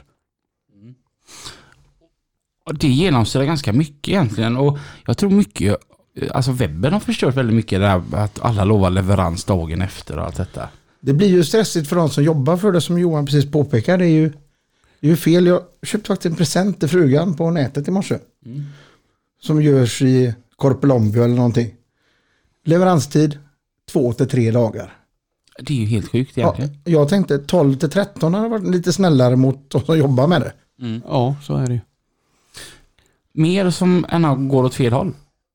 Speaker 2: Och det genomsyrar ganska mycket egentligen. Och jag tror mycket, alltså webben har förstört väldigt mycket där att alla lovar leverans dagen efter och allt detta.
Speaker 1: Det blir ju stressigt för de som jobbar för det, som Johan precis påpekar. Det är ju fel. Jag köpte faktiskt en present till frugan på nätet i morse. Som görs i Korpelombio eller någonting. Leveranstid 2-3 dagar.
Speaker 2: Det är ju helt sjukt egentligen.
Speaker 1: Ja, jag tänkte 12-13 hade varit lite snällare mot de som jobbar med det.
Speaker 3: Ja, så är det ju.
Speaker 2: Mer som än går åt fel håll.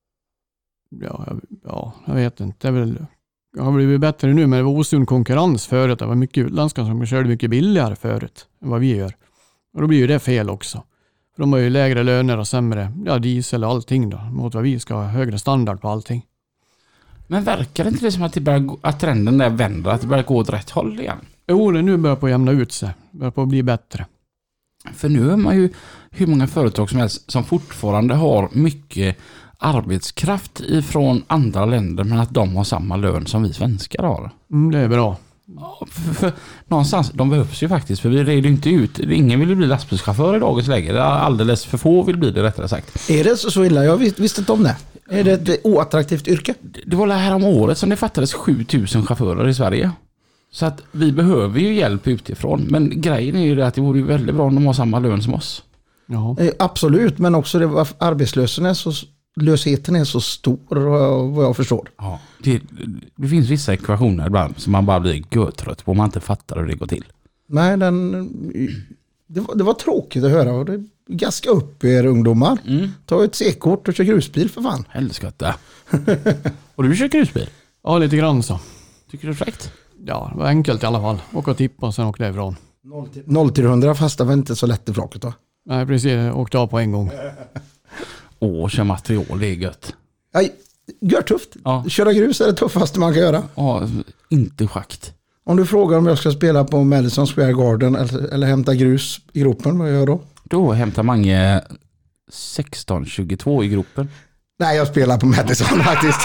Speaker 3: Ja, jag vet inte. Jag har blivit bättre nu, men det var osund konkurrens förut. Det var mycket utländska som körde mycket billigare förut än vad vi gör. Och då blir ju det fel också. För de har ju lägre löner och sämre diesel och allting då. Mot vad vi ska ha högre standard på allting.
Speaker 2: Men verkar det inte det som att trenden där vänder, att det börjar gå åt rätt håll igen?
Speaker 3: Jo, det nu börjar på att jämna ut sig. Börjar på att bli bättre.
Speaker 2: För nu är man ju hur många företag som helst som fortfarande har mycket arbetskraft ifrån andra länder, men att de har samma lön som vi svenskar har.
Speaker 3: Det är bra.
Speaker 2: Ja, för någonstans, de behövs ju faktiskt, för vi reder inte ut. Ingen vill bli lastbilschaufför i dagens läge. Det är alldeles för få vill bli det, rättare sagt.
Speaker 1: Är det så illa? Jag visste inte om det. Är det ett oattraktivt yrke?
Speaker 2: Det var här om året som det fattades 7000 chaufförer i Sverige. Så att vi behöver ju hjälp utifrån. Men grejen är ju det att det vore ju väldigt bra om de har samma lön som oss.
Speaker 3: Ja.
Speaker 1: Absolut, men också arbetslösheten är så stor vad jag förstår.
Speaker 2: Ja, det finns vissa ekvationer ibland som man bara blir götrött på om man inte fattar hur det går till.
Speaker 1: Nej, det var tråkigt att höra. Och det gaska upp er ungdomar. Ta ett C-kort och kör grusbil för fan.
Speaker 2: Helskotta. Och du kör grusbil?
Speaker 3: Ja, lite grann så.
Speaker 2: Tycker du det är fräckt?
Speaker 3: Ja, det var enkelt i alla fall. Åka och tippa och sen åka därifrån.
Speaker 1: 0-100 fasta var inte så lätt i flaket då.
Speaker 3: Nej, precis. Jag åkte av på en gång.
Speaker 2: Kör material, det är gött.
Speaker 1: Nej, gör tufft.
Speaker 2: Ja.
Speaker 1: Köra grus är det tuffaste man kan göra.
Speaker 2: Ja, inte schakt.
Speaker 1: Om du frågar om jag ska spela på Madison Square Garden eller hämta grus i gropen, vad gör jag då?
Speaker 2: Då hämtar Mange 16-22 i gropen.
Speaker 1: Nej, jag spelar på Madison faktiskt.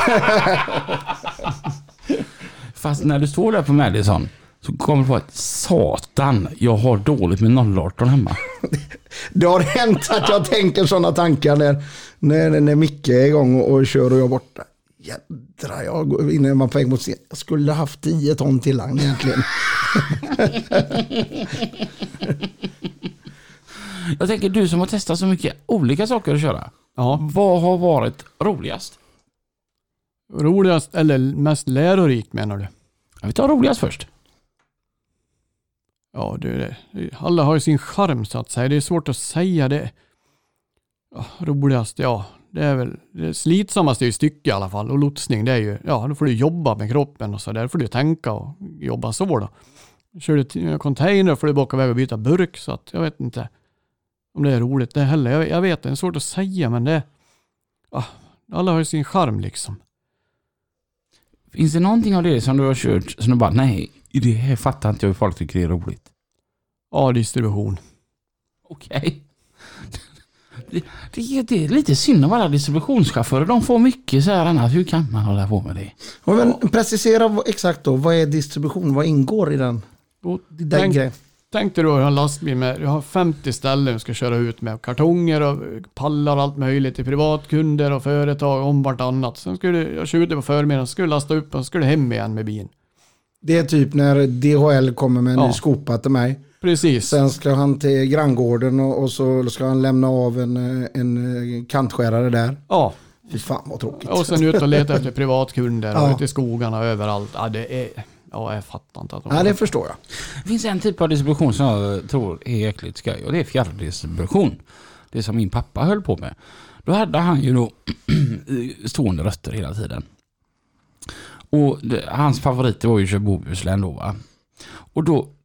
Speaker 2: Fast när du står där på Madison så kommer du på att satan, jag har dåligt med 018 hemma.
Speaker 1: Det har hänt att jag tänker sådana tankar när Micke är igång och kör och jag är borta. Jädra, innan man på väg mot scen. Jag skulle ha haft 10 ton till han egentligen.
Speaker 2: Jag tänker, du som har testat så mycket olika saker att köra.
Speaker 3: Ja.
Speaker 2: Vad har varit roligast?
Speaker 3: Roligast eller mest lärorikt menar du?
Speaker 2: Vi tar roligast först.
Speaker 3: Ja, alla har ju sin charm så att säga. Det är svårt att säga det. Ja, roligast, ja. Det är väl det slitsammaste i stycke i alla fall. Och lotsning, det är ju, ja, då får du jobba med kroppen och så. Där får du tänka och jobba så då. Kör du till container får du baka iväg och byta burk. Så att jag vet inte om det är roligt det heller. Jag vet, det är svårt att säga, men det... Ja, alla har ju sin charm liksom.
Speaker 2: Finns det någonting av det som du har kört som du bara, nej, det här fattar inte jag hur folk tycker det är roligt?
Speaker 3: Ja, distribution.
Speaker 2: Okej. Det är lite synd om alla distributionschaufförer. De får mycket så här annat. Hur kan man hålla på med det?
Speaker 1: Men precisera exakt då. Vad är distribution? Vad ingår i den?
Speaker 3: Tänk dig då en lastbil med, du har 50 ställen du ska köra ut med kartonger och pallar och allt möjligt till privatkunder och företag om vartannat. Sen skulle jag köra ut det på förmiddagen, skulle lasta upp och skulle hem igen med bilen.
Speaker 1: Det är typ när DHL kommer med en ny skopa till mig.
Speaker 3: Precis.
Speaker 1: Sen ska han till granngården och så ska han lämna av en kantskärare där.
Speaker 3: Ja.
Speaker 1: Fy fan vad tråkigt.
Speaker 3: Och sen ut och leta efter privatkunder och ute i skogarna överallt. Ja, det är... Ja, jag fattar inte att de...
Speaker 1: Ja, det förstår jag.
Speaker 2: Det finns en typ av distribution som jag tror är äckligt skoj, och det är fjärrdistribution. Det som min pappa höll på med. Då hade han ju då stående rötter hela tiden. Och hans favorit var ju Bohuslän då, va? Och då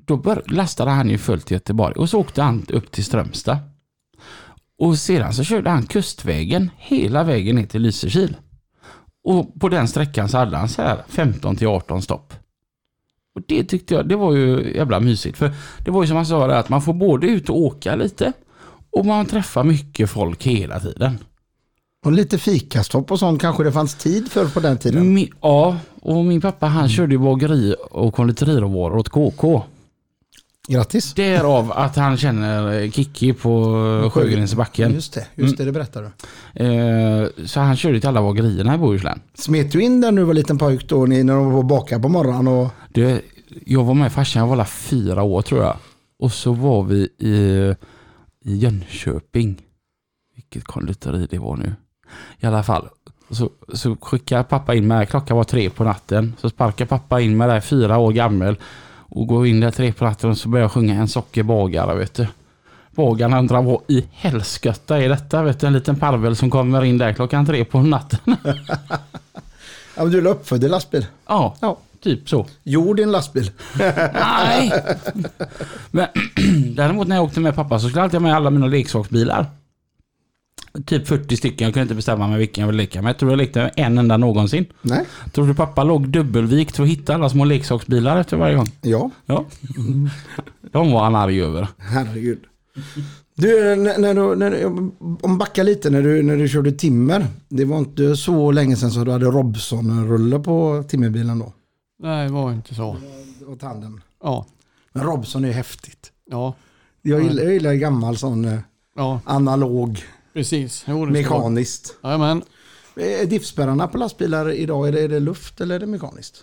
Speaker 2: då lastade han ju fullt till Göteborg och så åkte han upp till Strömstad. Och sedan så körde han kustvägen hela vägen ner till Lysekil. Och på den sträckan så hade han så här 15-18 stopp. Och det tyckte jag, det var ju jävla mysigt. För det var ju som han sa där, att man får både ut och åka lite och man träffar mycket folk hela tiden.
Speaker 1: Och lite fikastopp och sånt kanske det fanns tid för på den tiden.
Speaker 2: Ja, och min pappa han körde ju bageri och konditoriråvaror åt KK.
Speaker 1: Grattis.
Speaker 2: Därav att han känner Kikki på Sjögrensbacken.
Speaker 1: Just det berättar du.
Speaker 2: Så han körde till alla bagerierna i Bohuslän.
Speaker 1: Smet du in där när du var liten pojk då när de var baka på morgonen? Och...
Speaker 2: Jag var med farsan, jag var alla 4 år tror jag. Och så var vi i Jönköping. Vilket konditori det var nu. I alla fall. Så skickade pappa in med, klockan var 3 på natten. Så sparkar pappa in med där 4 år gammal. Och går in där 3 på natten och så börjar jag sjunga En sockerbagare, vet du. Bagaren andra var i helskotta i detta, vet du. En liten parvel som kommer in där klockan 3 på natten.
Speaker 1: Ja, men du är uppfödd i lastbil?
Speaker 2: Ja, typ så.
Speaker 1: Gjord i en lastbil?
Speaker 2: Nej. Men däremot när jag åkte med pappa så skulle jag alltid ha med alla mina leksaksbilar. Typ 40 stycken, jag kunde inte bestämma mig vilken jag ville leka med. Jag tror jag lekte med en enda någonsin.
Speaker 1: Nej.
Speaker 2: Tror du pappa låg dubbelvikt för att hitta alla små leksaksbilar efter varje gång?
Speaker 1: Ja.
Speaker 2: De var han arg över.
Speaker 1: Herregud. Du, om backa lite när du körde timmer. Det var inte så länge sedan så du hade Robson-rulle på timmerbilen då.
Speaker 3: Nej, det var inte så.
Speaker 1: Och tandem.
Speaker 3: Ja.
Speaker 1: Men Robson är häftigt.
Speaker 3: Ja.
Speaker 1: Jag gillar gammal sån analog.
Speaker 3: Precis.
Speaker 1: Mekaniskt.
Speaker 3: Jajamän.
Speaker 1: Är diffspärrarna på lastbilar idag, är det luft eller är det mekaniskt?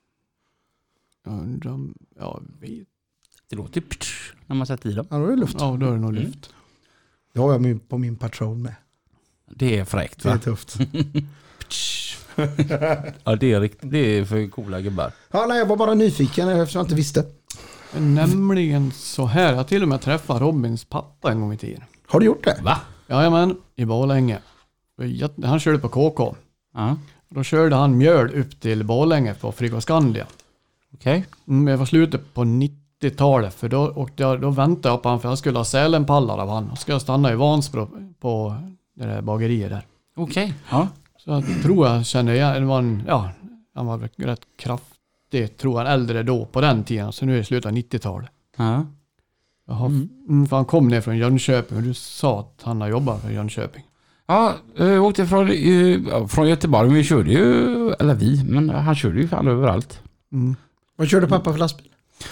Speaker 3: Jag vet.
Speaker 2: Det låter när man sätter i dem.
Speaker 1: Ja, då är det luft.
Speaker 3: Ja, då är det nog luft.
Speaker 1: Det har jag på min Patrol med.
Speaker 2: Det är fräckt, va?
Speaker 1: Det är tufft.
Speaker 2: Ja, det är riktigt. Det är för coola gubbar.
Speaker 1: Ja, nej, jag var bara nyfiken eftersom jag inte visste.
Speaker 3: Nämligen så här. Jag till och med träffade Robins pappa en gång i tiden.
Speaker 1: Har du gjort det?
Speaker 2: Va?
Speaker 3: Jajamän, i Borlänge. Han körde på KK.
Speaker 2: Ja.
Speaker 3: Då körde han mjöl upp till Borlänge på Frigoscandia.
Speaker 2: Okej.
Speaker 3: Det var slutet på 90-talet. För då väntade jag på han för han skulle ha sälenpallar av han. Och ska jag stanna i Vansbro på det där bageriet där.
Speaker 2: Okej. Ja.
Speaker 3: Så jag tror jag kände igen. Han var rätt kraftig, tror jag, äldre då på den tiden. Så nu är det slutet av 90-talet.
Speaker 2: Ja.
Speaker 3: För han kom ner från Jönköping och du sa att han har jobbat för Jönköping.
Speaker 2: Ja, jag åkte från Göteborg. Men vi körde ju, eller men han körde ju fan överallt.
Speaker 1: Vad körde pappa för lastbil?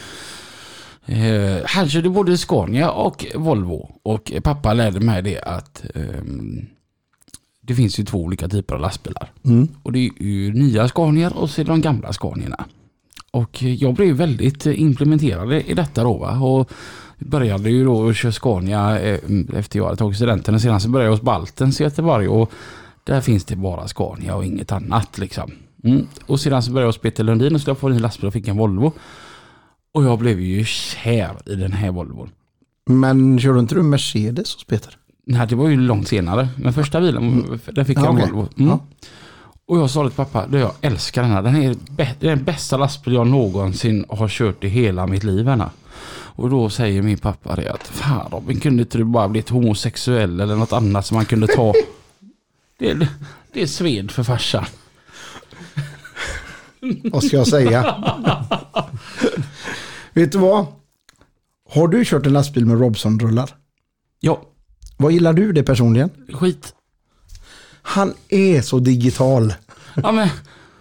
Speaker 2: Han körde både Scania och Volvo. Och pappa lärde mig det att det finns ju 2 olika typer av lastbilar. Och det är ju nya Scania och så är de gamla Scaniorna. Och jag blev väldigt implementerad i detta då, va? Och började ju då att köra Scania efter jag hade tagit studenten. Och sedan så började jag hos Baltens i Göteborg och där finns det bara Scania och inget annat liksom. Och sedan så började jag hos Peter Lundin och skulle få en ny lastbil och fick en Volvo. Och jag blev ju kär i den här Volvon.
Speaker 1: Men körde inte du Mercedes hos Peter?
Speaker 2: Nej, det var ju långt senare. Men första bilen, där fick jag en Volvo. Ja. Och jag sa till pappa, jag älskar den här. Den är den bästa lastbil jag någonsin har kört i hela mitt liv. Henne. Och då säger min pappa det att fan Robin, kunde inte du bara blivit homosexuell eller något annat som man kunde ta? Det är sved för farsan.
Speaker 1: Vad ska jag säga? Vet du vad? Har du kört en lastbil med Robson-rullar?
Speaker 2: Ja.
Speaker 1: Vad gillar du det personligen?
Speaker 2: Skit.
Speaker 1: Han är så digital.
Speaker 2: Ja, men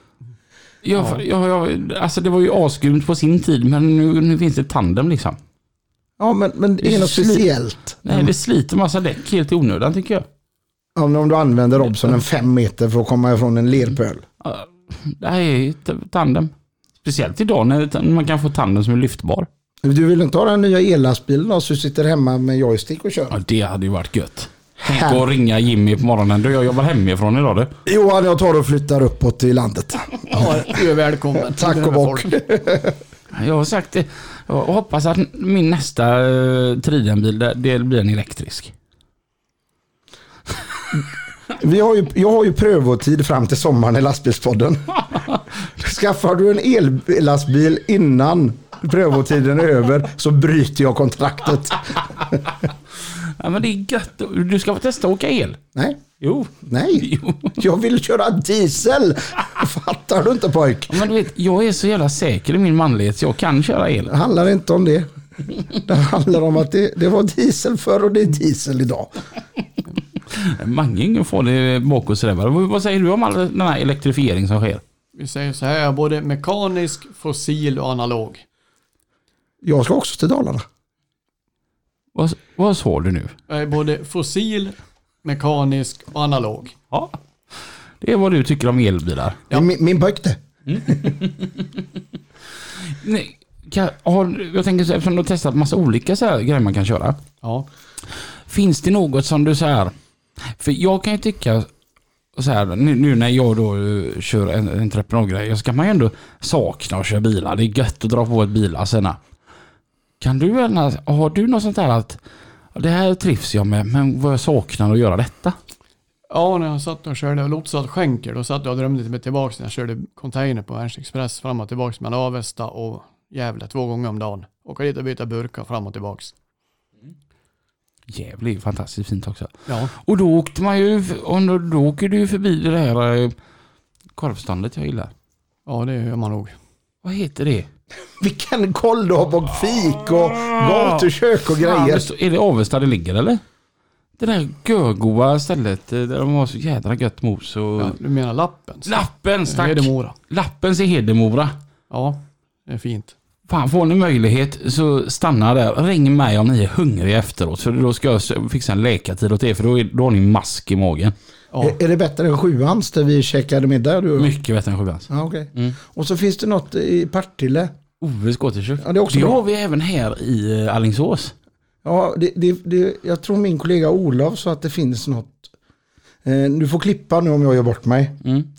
Speaker 2: alltså det var ju asgrymt på sin tid, men nu finns det tandem liksom.
Speaker 1: Ja, men det är något speciellt.
Speaker 2: Nej, det sliter massa däck helt i onödan tycker jag.
Speaker 1: Ja, om du använder Robson en 5 meter för att komma ifrån en lerpöl.
Speaker 2: Det här är tandem. Speciellt idag när man kan få tandem som är lyftbar.
Speaker 1: Du vill inte ha den nya ellastbilen då, så du sitter hemma med joystick och kör?
Speaker 2: Ja, det hade ju varit gött. Tänk att ringa Jimmy på morgonen då jag jobbar hemifrån idag. Det.
Speaker 1: Johan, jag tar och flyttar uppåt i landet.
Speaker 3: Ja, du är välkommen.
Speaker 1: Tack och bock.
Speaker 2: Jag har sagt det. Jag hoppas att min nästa Tridenbil det blir en elektrisk.
Speaker 1: Jag har ju prövotid fram till sommaren i lastbilspodden. Skaffar du en ellastbil innan prövotiden är över så bryter jag kontraktet.
Speaker 2: Ja, men det är gött. Du ska få testa att åka el.
Speaker 1: Nej.
Speaker 2: Jo.
Speaker 1: Nej, jag vill köra diesel. Fattar du inte, pojk?
Speaker 2: Men du vet, jag är så jävla säker i min manlighet så jag kan köra el.
Speaker 1: Det handlar inte om det. Det handlar om att det var diesel förr och det är diesel idag.
Speaker 2: Mange ingen får det bak och sådär. Vad säger du om all den här elektrifiering som sker?
Speaker 3: Vi säger så här, både mekanisk, fossil och analog.
Speaker 1: Jag ska också till Dalarna.
Speaker 2: Vad sa du nu?
Speaker 3: Både fossil, mekanisk och analog.
Speaker 2: Ja. Det är vad du tycker om elbilar.
Speaker 1: Ja. Min pojk det.
Speaker 2: Nej, jag tänker så, eftersom du har testat massa olika så här grejer man kan köra.
Speaker 3: Ja.
Speaker 2: Finns det något som du så här, för jag kan ju tycka så här, nu när jag då kör en entreprenadgrej, så ska man ju ändå sakna att köra bilar. Det är gött att dra på ett bilassena. Kan du har du något sånt där att det här trivs jag med, men vad jag saknar att göra detta?
Speaker 3: Ja, när jag satt och körde lotsad skänker, då satt jag och drömde mig tillbaka när jag körde container på Ernst Express fram och tillbaka mellan Avesta och Gävle 2 gånger om dagen. Åka dit och byta burkar fram och tillbaka.
Speaker 2: Gävle är fantastiskt fint också.
Speaker 3: Ja.
Speaker 2: Och då åkte man ju, och då åker du förbi det här korvståndet jag gillar.
Speaker 3: Ja, det gör man nog.
Speaker 2: Vad heter det?
Speaker 1: Vilken koll du har på fik och gatukök och grejer.
Speaker 2: Är det Avesta det ligger eller? Det där görgoa stället där de har så jädra gött mos och...
Speaker 3: Ja, du menar Lappens?
Speaker 2: Lappens, tack!
Speaker 3: Hedemora.
Speaker 2: Lappens i Hedemora.
Speaker 3: Ja, det är fint.
Speaker 2: Fan, får ni möjlighet så stanna där. Ring mig om ni är hungriga efteråt. För då ska jag fixa en läkartid åt er. För då har ni mask i magen.
Speaker 3: Ja.
Speaker 1: Är det bättre än 7ans där vi käkade middag?
Speaker 2: Mycket bättre än 7ans.
Speaker 1: Ja, okay. Och så finns det något i Partille.
Speaker 2: Oves gåtekök.
Speaker 1: Ja, det är också bra.
Speaker 2: har vi även här i Alingsås.
Speaker 1: Ja, jag tror min kollega Olof sa att det finns något. Du får klippa nu om jag gör bort mig.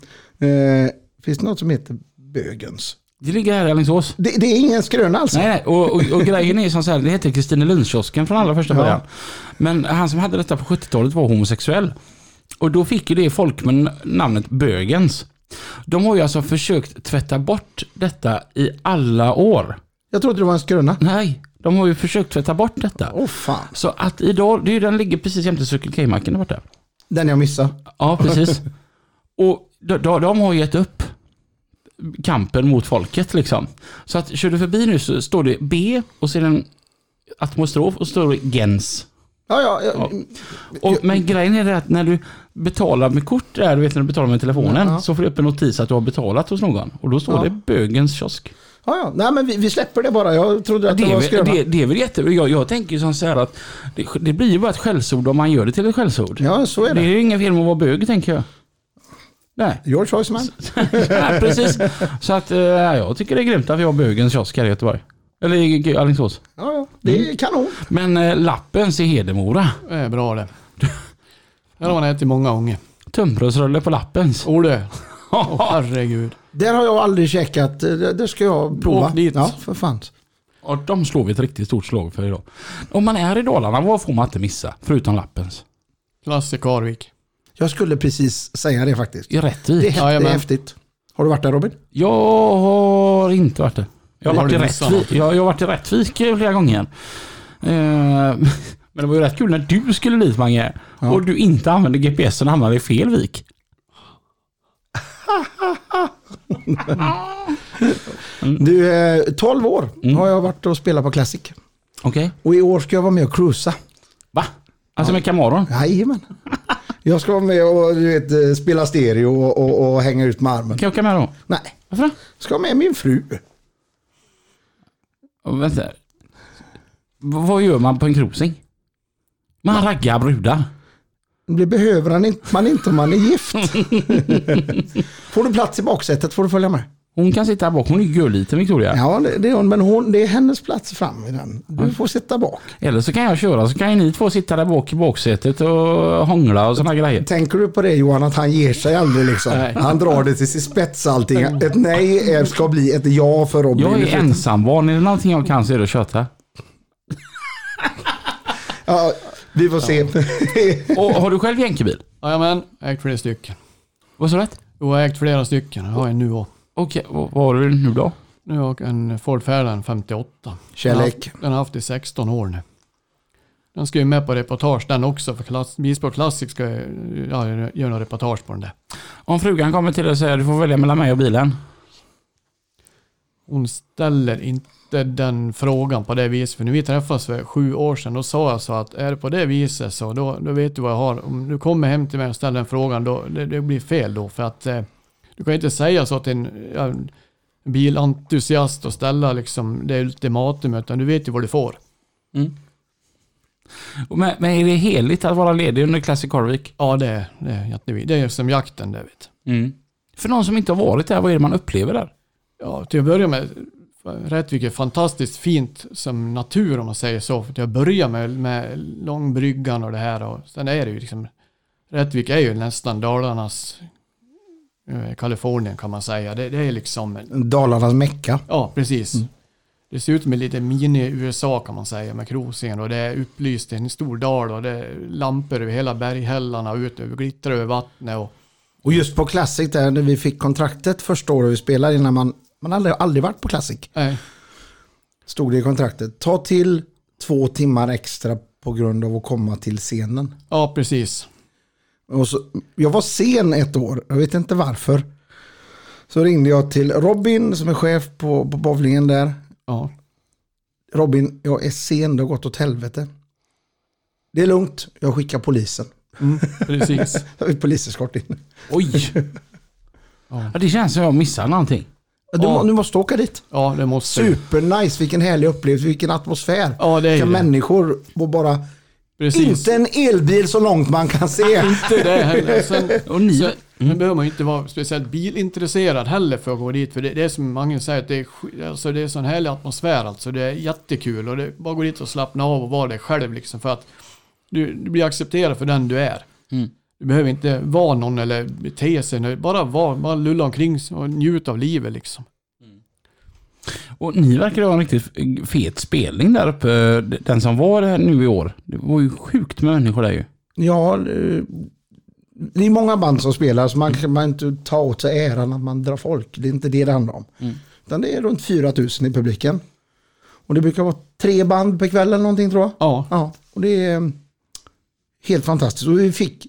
Speaker 1: Finns det något som heter Bögens?
Speaker 2: Det ligger här i Alingsås.
Speaker 1: Det är ingen skröna alltså.
Speaker 2: Nej. Och grejen är som så här, det heter Kristinelundskiosken från allra första början. Men han som hade detta på 70-talet var homosexuell. Och då fick ju det folk med namnet Bögens. De har ju alltså försökt tvätta bort detta i alla år.
Speaker 1: Jag trodde det var en skröna.
Speaker 2: Nej, de har ju försökt tvätta bort detta.
Speaker 1: Åh fan.
Speaker 2: Så att idag, den ligger precis jämte Circle K-macken där borta.
Speaker 1: Den jag missade.
Speaker 2: Ja, precis. Och de har gett upp kampen mot folket liksom. Så att kör du förbi nu så står det B och så är det en atmostrof och så står det gens.
Speaker 1: Ja.
Speaker 2: Men grejen är det att när du betalar med kort där, du vet när du betalar med telefonen, så får du upp en notis att du har betalat hos någon. Och då står det Bögens kiosk.
Speaker 1: Ja. Nej, men vi släpper det bara. Jag trodde att det var skröna.
Speaker 2: Det är väl jättebra. Jag tänker ju som så här att det blir ju bara ett skällsord om man gör det till ett skällsord.
Speaker 1: Ja, så är det.
Speaker 2: Det är ju ingen fel med att vara bög, tänker jag. Nej.
Speaker 1: Your choice, man.
Speaker 2: Ja, precis. Så att jag tycker det är grymt att vi har Bögens kiosk här i Göteborg. Eller i Alingsås.
Speaker 1: Ja, det är kanon.
Speaker 2: Men Lappens i Hedemora.
Speaker 3: Det är bra det. Det har man ätit många gånger.
Speaker 2: Tunnbrödsrulle på Lappens.
Speaker 3: Det. Herregud.
Speaker 1: Där har jag aldrig käkat. Det ska jag prova.
Speaker 3: Åk dit.
Speaker 1: Ja, för fan.
Speaker 2: Och de slår vi ett riktigt stort slag för idag. Om man är i Dalarna, vad får man inte missa? Förutom Lappens.
Speaker 3: Klass i Karvik.
Speaker 1: Jag skulle precis säga det faktiskt.
Speaker 2: I Rättvik.
Speaker 1: Det är häftigt. Har du varit där, Robin?
Speaker 2: Jag har inte varit där. Jag har varit i Rättvik flera gånger. Men det var ju rätt kul när du skulle dit, Mange. Ja. Och du inte använde GPSen och hamnade i fel vik.
Speaker 1: Du, 12 år har jag varit och spelat på Classic.
Speaker 2: Okej.
Speaker 1: Och i år ska jag vara med och cruisa.
Speaker 2: Va? Alltså med Camaron?
Speaker 1: Jajamän. Jag ska vara med och spela stereo och hänga ut med armen.
Speaker 2: Kan jag åka med då?
Speaker 1: Nej.
Speaker 2: Varför då?
Speaker 1: Ska med min fru.
Speaker 2: Vänta. Vad gör man på en cruising? Man raggar brudar.
Speaker 1: Det behöver man inte om man är gift. Får du plats i baksätet får du följa med.
Speaker 2: Hon kan sitta bak. Hon är gullliten, Victoria.
Speaker 1: Ja, det är hon. Men det är hennes plats fram i den. Du får sitta bak.
Speaker 2: Eller så kan jag köra. Så kan ni två sitta där bak i baksätet och hångla och såna grejer.
Speaker 1: Tänker du på det, Johan, att han ger sig aldrig liksom?
Speaker 3: Nej.
Speaker 1: Han drar det till sin spets allting. Ett nej ska bli ett ja för Robin.
Speaker 2: Jag är ensambarn. Är det någonting jag kan så är det att köta.
Speaker 1: Ja, vi får se.
Speaker 2: Och har du själv jänkebil?
Speaker 3: Jajamän, ägt flera stycken.
Speaker 2: Vad sa du?
Speaker 3: Jag har ägt flera stycken. Jag har en nu också.
Speaker 2: Okej, vad har du nu då?
Speaker 3: Nu har jag en Ford Fairlane 58.
Speaker 1: Kärlek.
Speaker 3: Den har haft i 16 år nu. Den ska ju med på reportage den också, för Bilsport Classic ska göra några reportage på den där.
Speaker 2: Om frugan kommer till dig och säger du får välja mellan mig och bilen.
Speaker 3: Hon ställer inte den frågan på det viset. För när vi träffades för 7 år sedan, då sa jag så att är det på det viset så då vet du vad jag har. Om du kommer hem till mig och ställer den frågan, då, det blir fel då. För att du kan inte säga så till en bilentusiast och ställa liksom det ultimatum, utan du vet ju vad du får.
Speaker 2: Mm. Men är det heligt att vara ledig under Classic Car Week?
Speaker 3: Ja, det är jättevikt. Det är som jakten, det vet.
Speaker 2: Mm. För någon som inte har varit där, vad är det man upplever där?
Speaker 3: Ja, till att börja med, Rättvik är fantastiskt fint som natur om man säger så. För till att börja med långbryggan och det här. Och sen är det ju liksom, Rättvik är ju nästan Dalarnas Kalifornien kan man säga. Det är liksom...
Speaker 1: Dalarnas Mecka.
Speaker 3: Ja, precis. Mm. Det ser ut som ett lite mini-USA kan man säga med krosen, och det är upplyst i en stor dal och det är lampor över hela berghällarna och ut över glittrar över vattnet.
Speaker 1: Och just på Classic där när vi fick kontraktet första året vi spelade, innan man aldrig varit på Classic.
Speaker 3: Nej.
Speaker 1: Stod det i kontraktet. Ta till 2 timmar extra på grund av att komma till scenen.
Speaker 3: Ja, precis.
Speaker 1: Och så, jag var sen ett år, jag vet inte varför. Så ringde jag till Robin som är chef på bowlingen där.
Speaker 3: Ja.
Speaker 1: Robin, jag är sen, det har gått åt helvete. Det är lugnt, jag skickar polisen.
Speaker 3: Mm, precis.
Speaker 1: Jag har poliseskort in.
Speaker 2: Oj! Ja, det känns som jag missar någonting.
Speaker 1: Du måste åka dit.
Speaker 3: Ja, det måste.
Speaker 1: Supernice, vilken härlig upplevelse, vilken atmosfär.
Speaker 3: Ja, det är
Speaker 1: vilka
Speaker 3: det.
Speaker 1: Människor och bara...
Speaker 3: Precis.
Speaker 1: Inte en elbil så långt man kan se.
Speaker 3: Inte det heller. Sen behöver man inte vara speciellt bilintresserad heller för att gå dit. För det är som många säger, att det är sån härlig atmosfär. Alltså. Det är jättekul och det är bara gå dit och slappna av och vara dig själv. Liksom, för att du blir accepterad för den du är.
Speaker 2: Mm.
Speaker 3: Du behöver inte vara någon eller bete sig. Bara lulla omkring och njuta av livet. Liksom.
Speaker 2: Och ni verkar ha en riktigt fet spelning där uppe. Den som var här nu i år. Det var ju sjukt med människor där ju.
Speaker 1: Ja, det är många band som spelar så man kan inte ta åt sig äran att man drar folk. Det är inte det handlar om. Mm. Utan det är runt 4 000 i publiken. Och det brukar vara 3 band per kväll eller någonting tror jag. Ja. Och det är helt fantastiskt. Och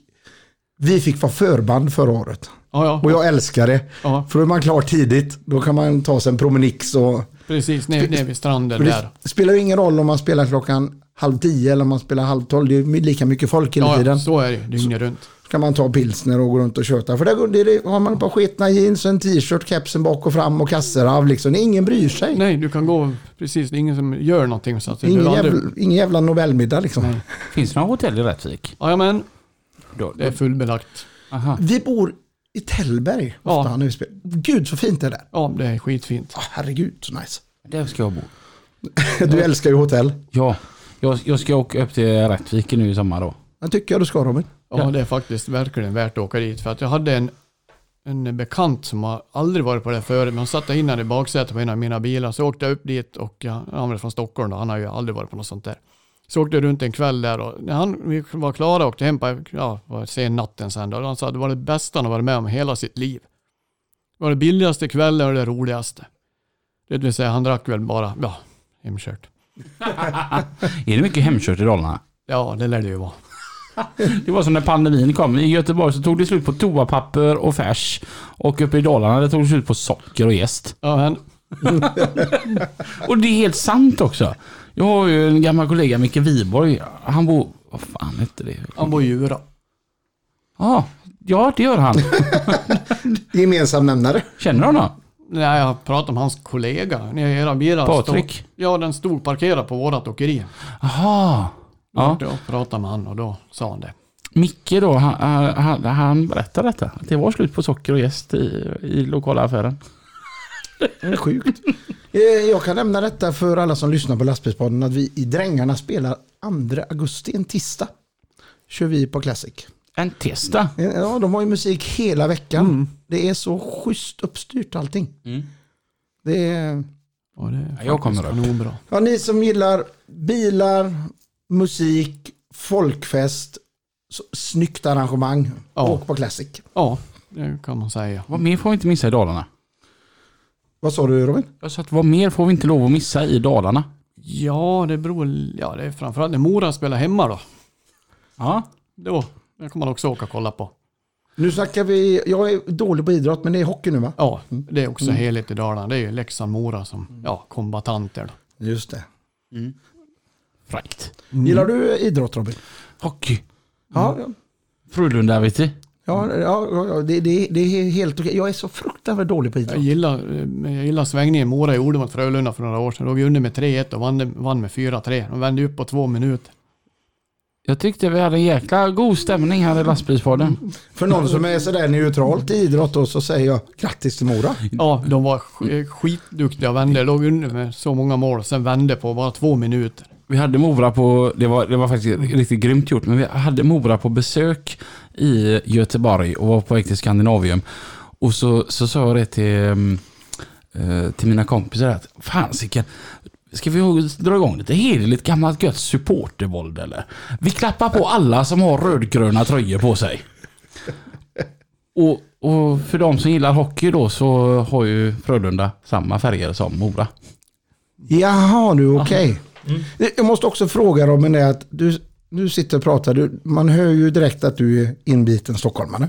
Speaker 1: vi fick vara förband förra året.
Speaker 3: Ja.
Speaker 1: Och jag älskar det.
Speaker 3: Ja.
Speaker 1: För då är man klar tidigt. Då kan man ta sig en promenix och...
Speaker 3: Precis, ner vid stranden där.
Speaker 1: Det spelar ju ingen roll om man spelar klockan 9:30 eller om man spelar 9:30. Det är lika mycket folk hela tiden.
Speaker 3: Ja, så är det. Dygnet runt.
Speaker 1: Så kan man ta pilsner och gå runt och köta. För där har man bara sketna jeans, en t-shirt, kepsen bak och fram och kasser av. Liksom. Ingen bryr sig.
Speaker 3: Nej, du kan gå precis. Det är ingen som gör någonting. Så att
Speaker 1: ingen jävla Nobelmiddag liksom.
Speaker 3: Nej.
Speaker 2: Finns det några hotell i Rättvik?
Speaker 3: Jajamän. Det är fullbelagt.
Speaker 2: Aha.
Speaker 1: Vi bor i Tällberg ofta när vi spelar. Gud så fint det är där.
Speaker 3: Ja, det är skitfint.
Speaker 1: Herregud så nice.
Speaker 2: Där ska jag bo.
Speaker 1: Du älskar ju hotell.
Speaker 2: Ja, jag ska åka upp till Rättvik nu i sommar då.
Speaker 1: Jag tycker du ska, Robin.
Speaker 3: Ja, det är faktiskt verkligen värt att åka dit. För att jag hade en bekant som har aldrig varit på det förut. Men hon satt där innan i baksätet på en av mina bilar. Så åkte jag upp dit och han var från Stockholm. Han har ju aldrig varit på något sånt där. Så åkte jag runt en kväll där och när vi var klara och åkte hem på sen natten sen. Då han sa att det var det bästa han har varit med om hela sitt liv. Det var det billigaste kvällen och det roligaste. Det vill säga han drack väl bara, hemkört.
Speaker 2: Är det mycket hemkört i Dalarna?
Speaker 3: Ja, det lär det ju vara.
Speaker 2: Det var som när pandemin kom. I Göteborg så tog det slut på toapapper och färs. Och uppe i Dalarna det tog det slut på socker och jäst.
Speaker 3: Ja, men...
Speaker 2: Och det är helt sant också. Jag har ju en gammal kollega, Micke Wiborg. Han bor... Vad fan heter det?
Speaker 3: Han bor i Djura.
Speaker 2: Ja, det gör han.
Speaker 1: Gemensam nämnare.
Speaker 2: Känner du honom?
Speaker 3: Nej, jag pratade om hans kollega. Era bilar
Speaker 2: Patrik?
Speaker 3: Den stod parkerad på vårat åkeri.
Speaker 2: Aha. Ja.
Speaker 3: Då pratade med han och då sa han det.
Speaker 2: Micke då, han berättade detta. Att det var slut på socker och jäst i lokala affären.
Speaker 1: Det är sjukt. Jag kan nämna detta för alla som lyssnar på Lastbilspodden att vi i Drängarna spelar 2 augusti, en tisdag. Kör vi på Classic.
Speaker 2: En tisdag?
Speaker 1: Ja, de har ju musik hela veckan. Mm. Det är så schysst uppstyrt allting.
Speaker 2: Mm.
Speaker 1: Det är...
Speaker 3: Ja, det är
Speaker 2: jag kommer
Speaker 3: nog bra.
Speaker 1: Ja, ni som gillar bilar, musik, folkfest, snyggt arrangemang. Åk på Classic.
Speaker 3: Ja, det kan man säga.
Speaker 2: Vad mer får vi inte missa i Dalarna?
Speaker 1: Vad sa du, Robin?
Speaker 2: Jag sa att vad mer får vi inte lov att missa i Dalarna?
Speaker 3: Ja, det är framförallt när Mora spelar hemma då.
Speaker 2: Ja.
Speaker 3: Då kan man också åka och kolla på.
Speaker 1: Nu snackar vi, jag är dålig på idrott, men det är hockey nu, va?
Speaker 3: Ja, det är också heligt i Dalarna. Det är ju Leksand-Mora som kombatanter då.
Speaker 1: Just det.
Speaker 2: Frakt.
Speaker 1: Gillar du idrott, Robin?
Speaker 2: Hockey.
Speaker 1: Ja,
Speaker 2: Frölunda, vet du.
Speaker 1: ja, det är helt okej. Jag är så fruktansvärt dålig på idrott.
Speaker 3: Jag gillar svängningen Mora gjorde mot Frölunda för några år sedan. Låg under med 3-1 och vann med 4-3. De vände upp på 2 minuter.
Speaker 2: Jag tyckte vi hade en jäkla god stämning här i lastbilspodden.
Speaker 1: För någon som är sådär neutralt i idrott då, så säger jag grattis till Mora.
Speaker 3: Ja, de var skitduktiga och vände. Låg under med så många mål och sen vände på bara 2 minuter.
Speaker 2: Vi hade Mora på, det var faktiskt riktigt grymt gjort, men vi hade Mora på besök i Göteborg och var på väg till Skandinavium. Och så sa jag det till mina kompisar att fansiken, ska vi dra igång lite heligt gammalt gött supportervåld eller? Vi klappar på alla som har rödgröna tröjor på sig. Och för de som gillar hockey då så har ju Frölunda samma färger som Mora.
Speaker 1: Jaha, du okej. Jag måste också fråga Robin det att du sitter och pratar. Man hör ju direkt att du är inbiten stockholmare.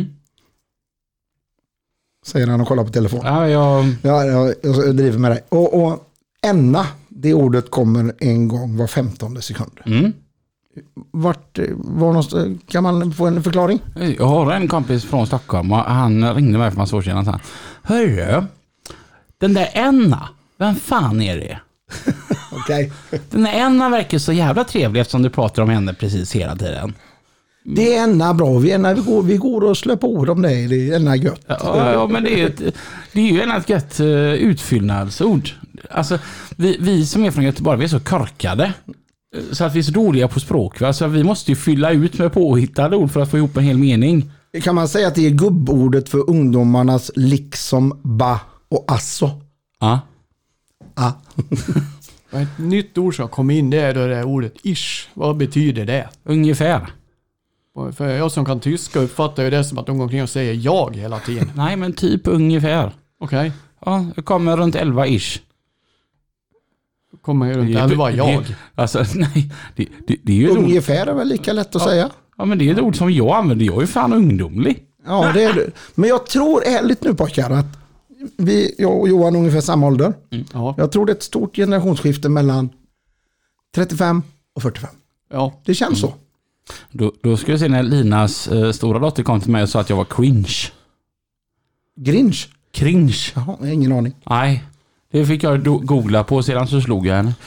Speaker 1: Säger han och kollar på telefon.
Speaker 2: Ja,
Speaker 1: jag driver med dig. Och enna, det ordet kommer en gång var 15 sekund. Var någonstans, kan man få en förklaring?
Speaker 2: Jag har en kompis från Stockholm och han ringde mig för massa år sedan och sa: hörru, den där enna, vem fan är det?
Speaker 1: Okej.
Speaker 2: Den där enna verkar så jävla trevlig eftersom du pratar om henne precis hela tiden.
Speaker 1: Det är enna bra, vi går och slår på dem där, det är enna gött.
Speaker 2: Ja, men det är ju ett gött utfyllnadsord. Alltså, vi som är från Göteborg, vi är så korkade. Så att vi är så dåliga på språk. Alltså, vi måste ju fylla ut med påhittade ord för att få ihop en hel mening.
Speaker 1: Kan man säga att det är gubbordet för ungdomarnas liksom ba och asso?
Speaker 2: Ja.
Speaker 1: Ja.
Speaker 3: Ett nytt ord som kom in, det är då det ordet ish. Vad betyder det?
Speaker 2: Ungefär.
Speaker 3: För jag som kan tyska uppfattar ju det som att de går omkring och säger jag hela tiden.
Speaker 2: Nej, men typ ungefär.
Speaker 3: Okej.
Speaker 2: Ja, det kommer runt 11-ish.
Speaker 3: Kommer runt 11 jag.
Speaker 2: Alltså, nej. Det är ju
Speaker 1: Ungefär är väl lika lätt att säga.
Speaker 2: Ja, men det är ett ord som jag använder. Jag är ju fan ungdomlig.
Speaker 1: Ja, det är det. Men jag tror ärligt nu pojkar att jag och Johan är ungefär samma ålder.
Speaker 3: Ja.
Speaker 1: Jag tror det är ett stort generationsskifte mellan 35 och 45.
Speaker 3: Ja.
Speaker 1: Det känns så.
Speaker 2: Då ska jag se när Linas stora dotter kom till mig och sa att jag var cringe.
Speaker 1: Grinch?
Speaker 2: Cringe?
Speaker 1: Jaha, jag har ingen aning.
Speaker 2: Nej, det fick jag googla på, sedan så slog jag henne.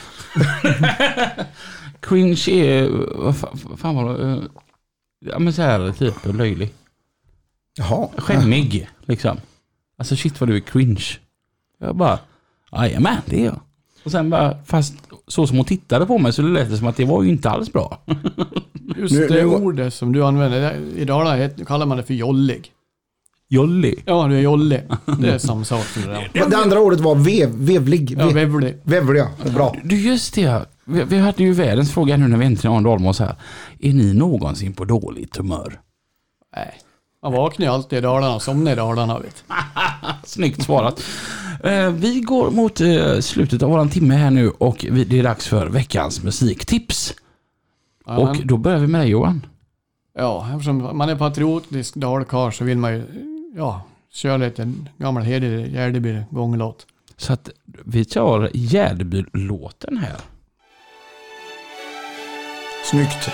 Speaker 2: Cringe är, vad fan var det? Ja, men så här typ löjlig.
Speaker 1: Jaha.
Speaker 2: Skämmig, liksom. Alltså shit vad du är cringe. Jag bara, jajamän, det är jag. Och sen bara, fast så som hon tittade på mig så det lät det som att det var ju inte alls bra.
Speaker 3: Just det ordet som du använder, i Dalarna kallar man det för jollig.
Speaker 2: Jollig?
Speaker 3: Ja, du är jollig. Det är samma sak som det där.
Speaker 1: Det andra ordet var vevlig.
Speaker 3: Ja, vävlig.
Speaker 1: Vävlig, ja. Bra.
Speaker 2: Du, just det. Vi hade ju världens fråga nu när vi äntligen har en Dalmås här. Är ni någonsin på dåligt humör?
Speaker 3: Nej. Man vaknar ju alltid i Dalarna och somnar i Dalarna, vet.
Speaker 2: Snyggt svarat. Vi går mot slutet av våran timme här nu och det är dags för veckans musiktips.
Speaker 3: Ja,
Speaker 2: och då börjar vi med dig, Johan.
Speaker 3: Ja, eftersom man är patriotisk dalkarl så vill man ju köra lite gammal hedig Gärdeby gånglåt.
Speaker 2: Så att vi tar Gärdeby-låten här.
Speaker 1: Snyggt.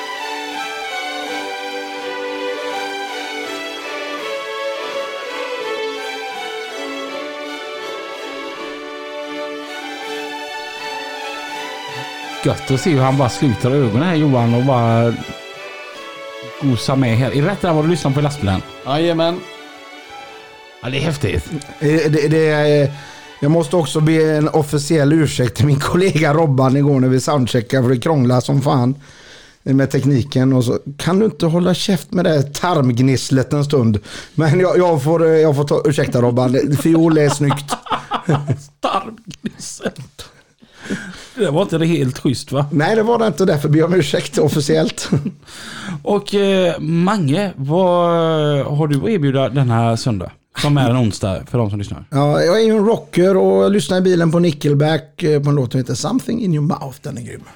Speaker 2: Gött att se hur han bara slutar ögonen här, Johan, och bara gosar med här. Är det rätt där vad du lyssnar på i lastbilen?
Speaker 3: Jajamän.
Speaker 2: Ja, det är häftigt.
Speaker 1: Jag måste också be en officiell ursäkt till min kollega Robban igår när vi soundcheckade, för det krånglar som fan med tekniken. Och så kan du inte hålla käft med det tarmgnisslet en stund. Men jag får ta ursäkta, Robban. Fiol är snyggt.
Speaker 2: Tarmgnisslet. Det var inte det helt schysst, va?
Speaker 1: Nej, det var det inte. Därför ber jag om ursäkt officiellt.
Speaker 2: Och Mange, vad har du att erbjuda den här söndag? Som är en onsdag för de som lyssnar.
Speaker 1: Ja, jag är ju en rocker och jag lyssnar i bilen på Nickelback på en låt som heter Something in your mouth. Den är grym.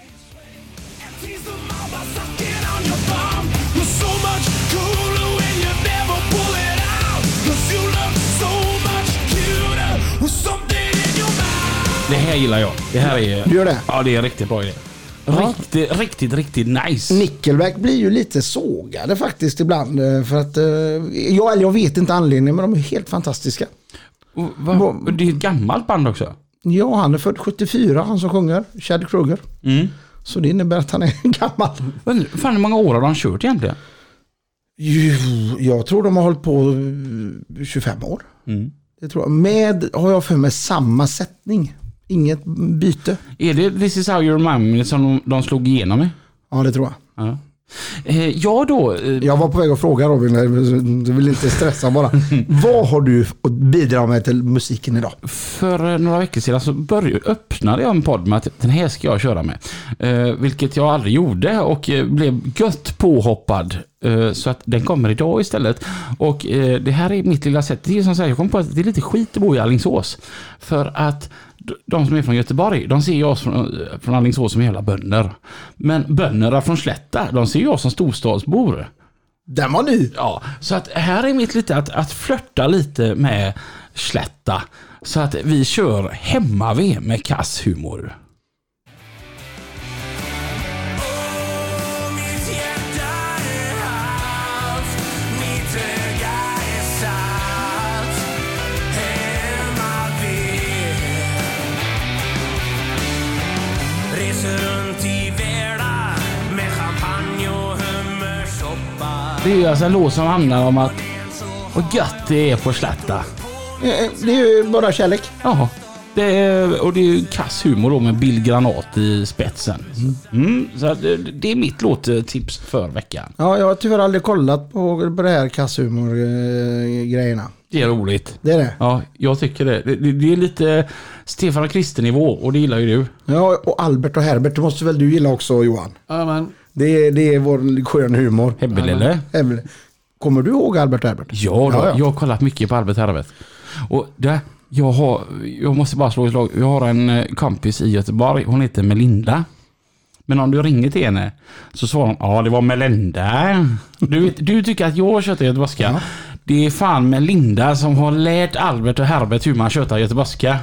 Speaker 2: Det här gillar jag. Det här är...
Speaker 1: Du gör det?
Speaker 2: Ja, det är en riktigt bra idé. Riktigt nice.
Speaker 1: Nickelback blir ju lite sågade faktiskt ibland. För att jag vet inte anledningen, men de är helt fantastiska.
Speaker 2: Det är ett gammalt band också.
Speaker 1: Ja, han är född 74, han som sjunger. Chad Kroeger.
Speaker 2: Mm.
Speaker 1: Så det innebär att han är gammal.
Speaker 2: Men fan, hur många år har de kört egentligen?
Speaker 1: Jag tror de har hållit på 25 år.
Speaker 2: Mm.
Speaker 1: Det tror jag. Har jag för mig samma sättning. Inget byte.
Speaker 2: Är det This is how you remind me som de slog igenom med?
Speaker 1: Ja, det tror jag.
Speaker 2: Ja. Då...
Speaker 1: Jag var på väg att fråga Robin, du vill inte stressa bara. Vad har du att bidra med till musiken idag?
Speaker 2: För några veckor sedan så öppnade jag en podd med att den här ska jag köra med. Vilket jag aldrig gjorde och blev gött påhoppad. Så att den kommer idag istället. Och det här är mitt lilla sätt. Det är som sagt, jag kom på att det är lite skit att bo i Alingsås. För att de som är från Göteborg, de ser jag från Alingsås som hela bönder. Men bönderna från Slätta, de ser jag som storstadsbor.
Speaker 1: Den var ny.
Speaker 2: Ja, så att här är mitt lite att flörta lite med Slätta. Så att vi kör hemma-VM med kasshumor. Det är ju alltså en låt som handlar om att vad gött det är på Slätta.
Speaker 1: Det är ju bara kärlek.
Speaker 2: Ja, det är ju kass humor då med Bill Granat i spetsen. Så att det är mitt låttips för veckan.
Speaker 1: Ja, jag har tyvärr aldrig kollat på det här kasshumor-grejerna.
Speaker 2: Det är roligt.
Speaker 1: Det är det?
Speaker 2: Ja, jag tycker det. Det är lite Stefan och Krister-nivå och det gillar ju du.
Speaker 1: Ja, och Albert och Herbert, det måste väl du gilla också, Johan?
Speaker 3: Ja, men...
Speaker 1: Det är vår skön humor.
Speaker 2: Hebbelele.
Speaker 1: Kommer du ihåg Albert och Herbert?
Speaker 2: Ja. Jag har kollat mycket på Albert och Herbert. Och det, jag måste bara slå ett slag. Jag har en kompis i Göteborg. Hon heter Melinda. Men om du ringer till henne så svarar hon, ja det var Melinda. Du tycker att jag köttar göteborgska. Ja. Det är fan Melinda som har lärt Albert och Herbert hur man köttar göteborgska.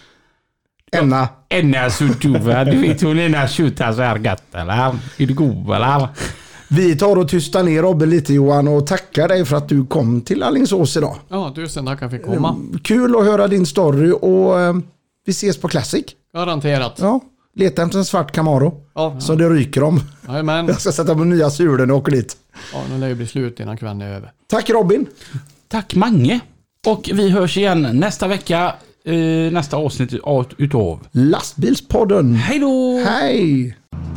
Speaker 2: Enna Sutuva, du vet hon är skjuta så här gott eller? Är det god eller?
Speaker 1: Vi tar och tystar ner Robin lite, Johan, och tackar dig för att du kom till Alingsås idag.
Speaker 3: Ja, tusen tack att jag fick komma.
Speaker 1: Kul att höra din story och vi ses på Classic.
Speaker 3: Garanterat.
Speaker 1: Ja, leta efter en svart Camaro.
Speaker 3: Ja.
Speaker 1: Så det ryker om.
Speaker 3: Jajamän.
Speaker 1: Jag ska sätta på nya sulen och åka dit.
Speaker 3: Ja, nu lär ju bli slut innan kvällen är över.
Speaker 1: Tack Robin.
Speaker 2: Tack Mange. Och vi hörs igen nästa vecka. Nästa avsnitt utav
Speaker 1: Lastbilspodden.
Speaker 2: Hej då!
Speaker 1: Hej!